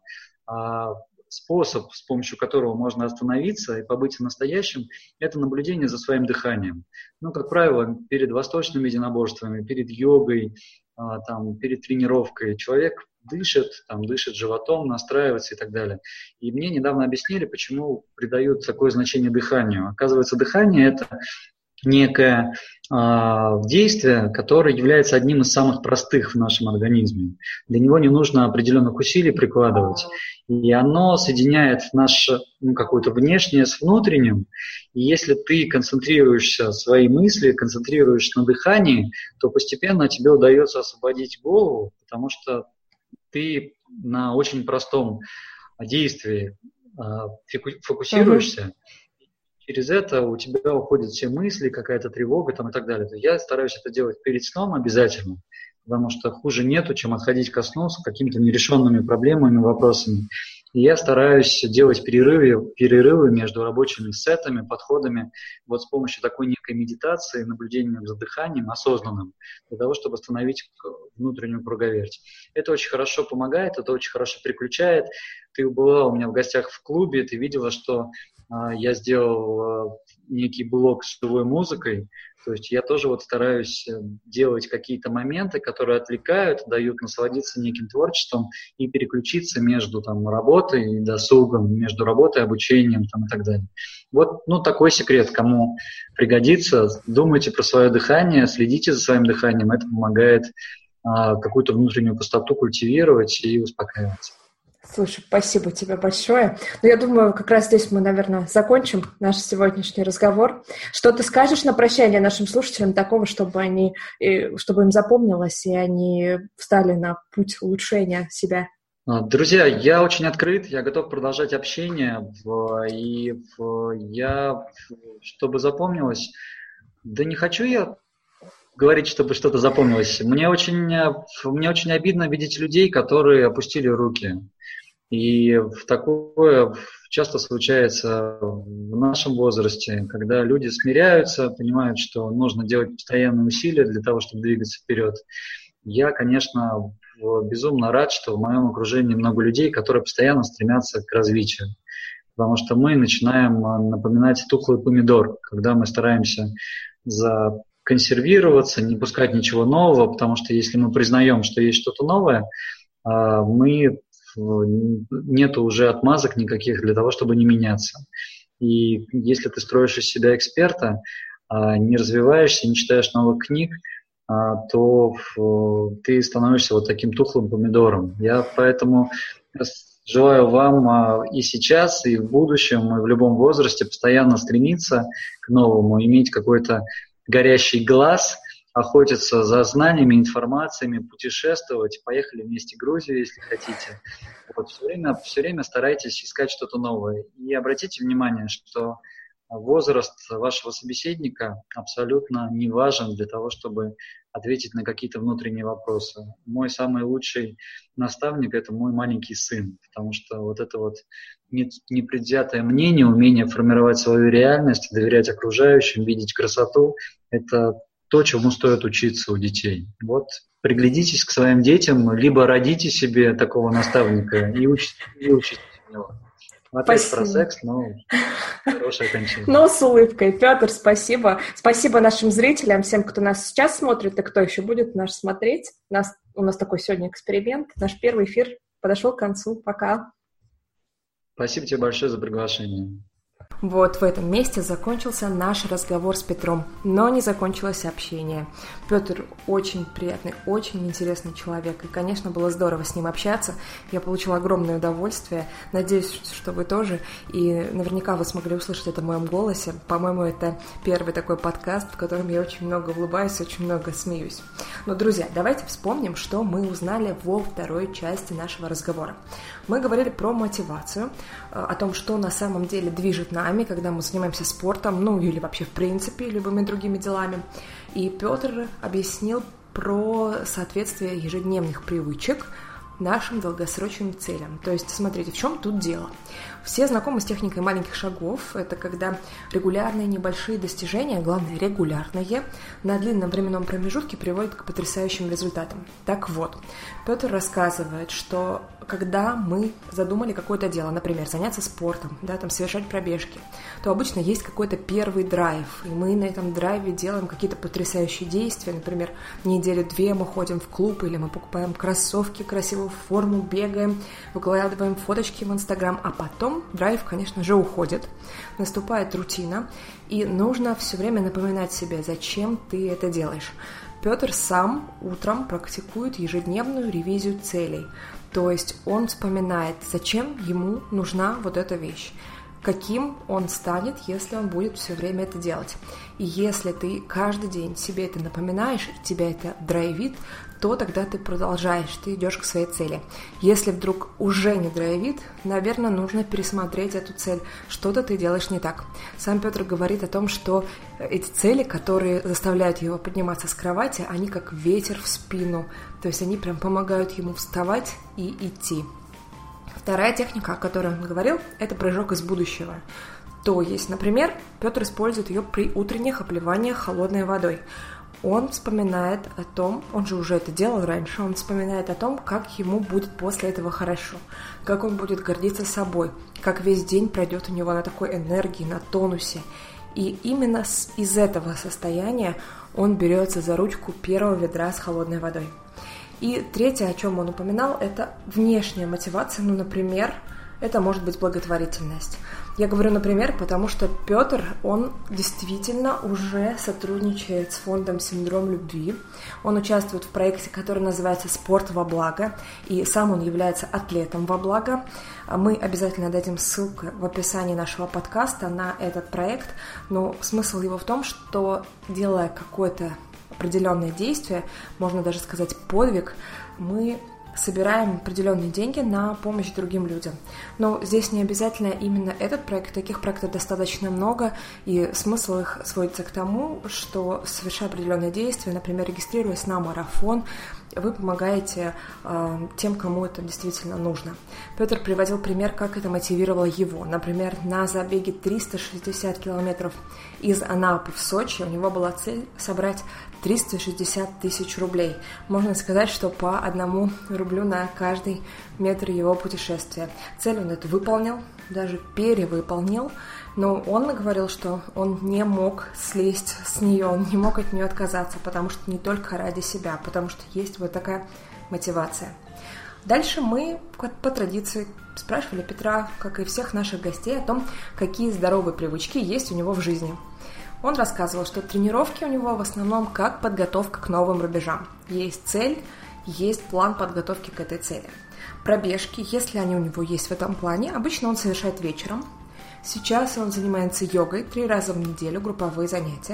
Способ, с помощью которого можно остановиться и побыть в настоящем, это наблюдение за своим дыханием. Как правило, перед восточными единоборствами, перед йогой, перед тренировкой человек дышит животом, настраивается и так далее. И мне недавно объяснили, почему придают такое значение дыханию. Оказывается, дыхание – это некое действие, которое является одним из самых простых в нашем организме. Для него не нужно определенных усилий прикладывать. И оно соединяет наше какое-то внешнее с внутренним. И если ты концентрируешься, свои мысли концентрируешь на дыхании, то постепенно тебе удается освободить голову, потому что ты на очень простом действии фокусируешься. через это у тебя уходят все мысли, какая-то тревога там, и так далее. Я стараюсь это делать перед сном обязательно, потому что хуже нету, чем отходить ко сну с какими-то нерешенными проблемами, вопросами. И я стараюсь делать перерывы между рабочими сетами, подходами вот с помощью такой некой медитации, наблюдения за дыханием осознанным, для того, чтобы остановить внутреннюю круговерть. Это очень хорошо помогает, это очень хорошо переключает. Ты была у меня в гостях в клубе, ты видела, что я сделал некий блок с живой музыкой. То есть я тоже вот стараюсь делать какие-то моменты, которые отвлекают, дают насладиться неким творчеством и переключиться между там, работой и досугом, между работой и обучением там, и так далее. Вот такой секрет, кому пригодится. Думайте про свое дыхание, следите за своим дыханием. Это помогает какую-то внутреннюю пустоту культивировать и успокаиваться.
Слушай, спасибо тебе большое. Я думаю, как раз здесь мы, наверное, закончим наш сегодняшний разговор. Что ты скажешь на прощание нашим слушателям такого, чтобы им запомнилось, и они встали на путь улучшения себя?
Друзья, я очень открыт, я готов продолжать общение, чтобы запомнилось, да не хочу я говорить, чтобы что-то запомнилось. Мне очень обидно видеть людей, которые опустили руки. И такое часто случается в нашем возрасте, когда люди смиряются, понимают, что нужно делать постоянные усилия для того, чтобы двигаться вперед. Я, конечно, безумно рад, что в моем окружении много людей, которые постоянно стремятся к развитию. Потому что мы начинаем напоминать тухлый помидор, когда мы стараемся законсервироваться, не пускать ничего нового, потому что если мы признаем, что есть что-то новое, нету уже отмазок никаких для того, чтобы не меняться. И если ты строишь из себя эксперта, не развиваешься, не читаешь новых книг, то ты становишься вот таким тухлым помидором. Я поэтому желаю вам и сейчас, и в будущем, и в любом возрасте постоянно стремиться к новому, иметь какой-то горящий глаз, охотиться за знаниями, информациями, путешествовать. Поехали вместе в Грузию, если хотите. Все время старайтесь искать что-то новое. И обратите внимание, что возраст вашего собеседника абсолютно не важен для того, чтобы ответить на какие-то внутренние вопросы. Мой самый лучший наставник – это мой маленький сын, потому что вот это вот непредвзятое мнение, умение формировать свою реальность, доверять окружающим, видеть красоту – это то, чему стоит учиться у детей. Вот приглядитесь к своим детям, либо родите себе такого наставника и учитесь у него. Опять про секс, но хорошее окончание.
Но с улыбкой. Петр, спасибо. Спасибо нашим зрителям, всем, кто нас сейчас смотрит, и кто еще будет нас смотреть. У нас такой сегодня эксперимент. Наш первый эфир подошел к концу. Пока.
Спасибо тебе большое за приглашение.
Вот в этом месте закончился наш разговор с Петром, но не закончилось общение. Петр очень приятный, очень интересный человек, и, конечно, было здорово с ним общаться. Я получила огромное удовольствие. Надеюсь, что вы тоже, и наверняка вы смогли услышать это в моем голосе. По-моему, это первый такой подкаст, в котором я очень много улыбаюсь, очень много смеюсь. Но, друзья, давайте вспомним, что мы узнали во второй части нашего разговора. Мы говорили про мотивацию, о том, что на самом деле движет нами, когда мы занимаемся спортом, или вообще в принципе любыми другими делами. И Петр объяснил про соответствие ежедневных привычек нашим долгосрочным целям. То есть, смотрите, в чем тут дело? Все знакомы с техникой маленьких шагов. Это когда регулярные небольшие достижения, главное регулярные, на длинном временном промежутке приводят к потрясающим результатам. Так вот, Петр рассказывает, что когда мы задумали какое-то дело, например, заняться спортом, совершать пробежки, то обычно есть какой-то первый драйв, и мы на этом драйве делаем какие-то потрясающие действия. Например, недели 2 мы ходим в клуб, или мы покупаем кроссовки, красивую форму, бегаем, выкладываем фоточки в Инстаграм, а потом драйв, конечно же, уходит, наступает рутина, и нужно все время напоминать себе, зачем ты это делаешь. Петр сам утром практикует ежедневную ревизию целей. То есть он вспоминает, зачем ему нужна вот эта вещь, каким он станет, если он будет все время это делать. И если ты каждый день себе это напоминаешь, и тебя это драйвит, то тогда ты продолжаешь, ты идешь к своей цели. Если вдруг уже не драйвит, наверное, нужно пересмотреть эту цель. Что-то ты делаешь не так. Сам Петр говорит о том, что эти цели, которые заставляют его подниматься с кровати, они как ветер в спину. То есть они прям помогают ему вставать и идти. Вторая техника, о которой он говорил, это прыжок из будущего. То есть, например, Петр использует ее при утренних обливаниях холодной водой. Он вспоминает о том, он же уже это делал раньше, он вспоминает о том, как ему будет после этого хорошо, как он будет гордиться собой, как весь день пройдет у него на такой энергии, на тонусе. И именно из этого состояния он берется за ручку первого ведра с холодной водой. И третье, о чем он упоминал, это внешняя мотивация, например, это может быть благотворительность. Я говорю, например, потому что Петр, он действительно уже сотрудничает с фондом «Синдром любви». Он участвует в проекте, который называется «Спорт во благо», и сам он является атлетом во благо. Мы обязательно дадим ссылку в описании нашего подкаста на этот проект, но смысл его в том, что, делая какое-то определенное действие, можно даже сказать подвиг, мы собираем определенные деньги на помощь другим людям. Но здесь не обязательно именно этот проект, таких проектов достаточно много, и смысл их сводится к тому, что, совершая определенные действия, например, регистрируясь на марафон, вы помогаете тем, кому это действительно нужно. Петр приводил пример, как это мотивировало его. Например, на забеге 360 километров из Анапы в Сочи у него была цель собрать 360 тысяч рублей. Можно сказать, что по 1 рублю на каждый метр его путешествия. Цель он эту выполнил, даже перевыполнил, но он говорил, что он не мог слезть с нее, он не мог от нее отказаться, потому что не только ради себя, потому что есть вот такая мотивация. Дальше мы, по традиции, спрашивали Петра, как и всех наших гостей, о том, какие здоровые привычки есть у него в жизни. Он рассказывал, что тренировки у него в основном как подготовка к новым рубежам. Есть цель, есть план подготовки к этой цели. Пробежки, если они у него есть в этом плане, обычно он совершает вечером. Сейчас он занимается йогой 3 раза в неделю, групповые занятия.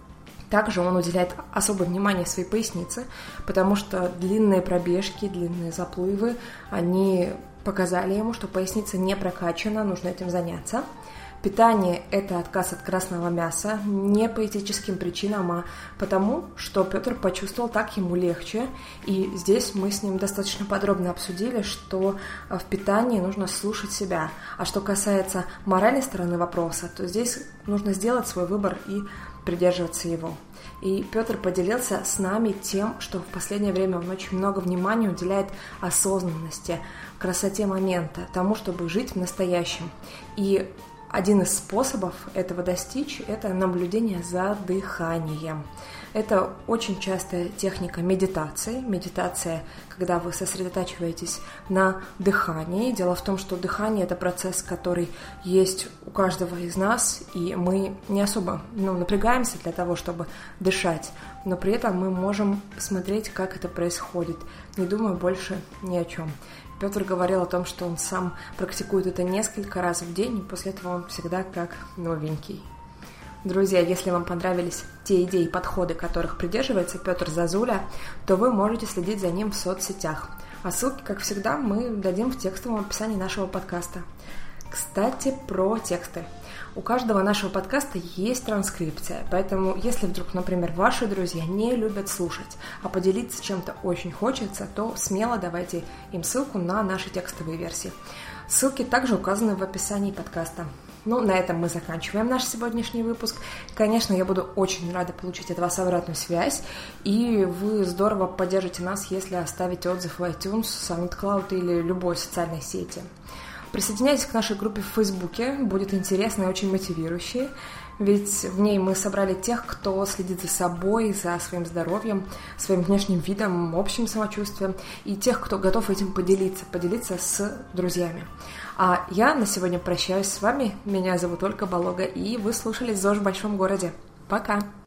Также он уделяет особое внимание своей пояснице, потому что длинные пробежки, длинные заплывы, они показали ему, что поясница не прокачана, нужно этим заняться. Питание – это отказ от красного мяса, не по этическим причинам, а потому, что Петр почувствовал, так ему легче. И здесь мы с ним достаточно подробно обсудили, что в питании нужно слушать себя. А что касается моральной стороны вопроса, то здесь нужно сделать свой выбор и придерживаться его. И Петр поделился с нами тем, что в последнее время он очень много внимания уделяет осознанности, красоте момента, тому, чтобы жить в настоящем. И один из способов этого достичь – это наблюдение за дыханием. Это очень частая техника медитации. Медитация, когда вы сосредотачиваетесь на дыхании. Дело в том, что дыхание – это процесс, который есть у каждого из нас, и мы не особо напрягаемся для того, чтобы дышать, но при этом мы можем смотреть, как это происходит, не думая больше ни о чем. Петр говорил о том, что он сам практикует это несколько раз в день, и после этого он всегда как новенький. Друзья, если вам понравились те идеи и подходы, которых придерживается Петр Зазуля, то вы можете следить за ним в соцсетях. А ссылки, как всегда, мы дадим в текстовом описании нашего подкаста. Кстати, про тексты. У каждого нашего подкаста есть транскрипция, поэтому если вдруг, например, ваши друзья не любят слушать, а поделиться чем-то очень хочется, то смело давайте им ссылку на наши текстовые версии. Ссылки также указаны в описании подкаста. На этом мы заканчиваем наш сегодняшний выпуск. Конечно, я буду очень рада получить от вас обратную связь, и вы здорово поддержите нас, если оставите отзыв в iTunes, SoundCloud или любой социальной сети. Присоединяйтесь к нашей группе в Фейсбуке, будет интересно и очень мотивирующе, ведь в ней мы собрали тех, кто следит за собой, за своим здоровьем, своим внешним видом, общим самочувствием, и тех, кто готов этим поделиться с друзьями. А я на сегодня прощаюсь с вами, меня зовут Ольга Болога, и вы слушали «ЗОЖ в большом городе». Пока!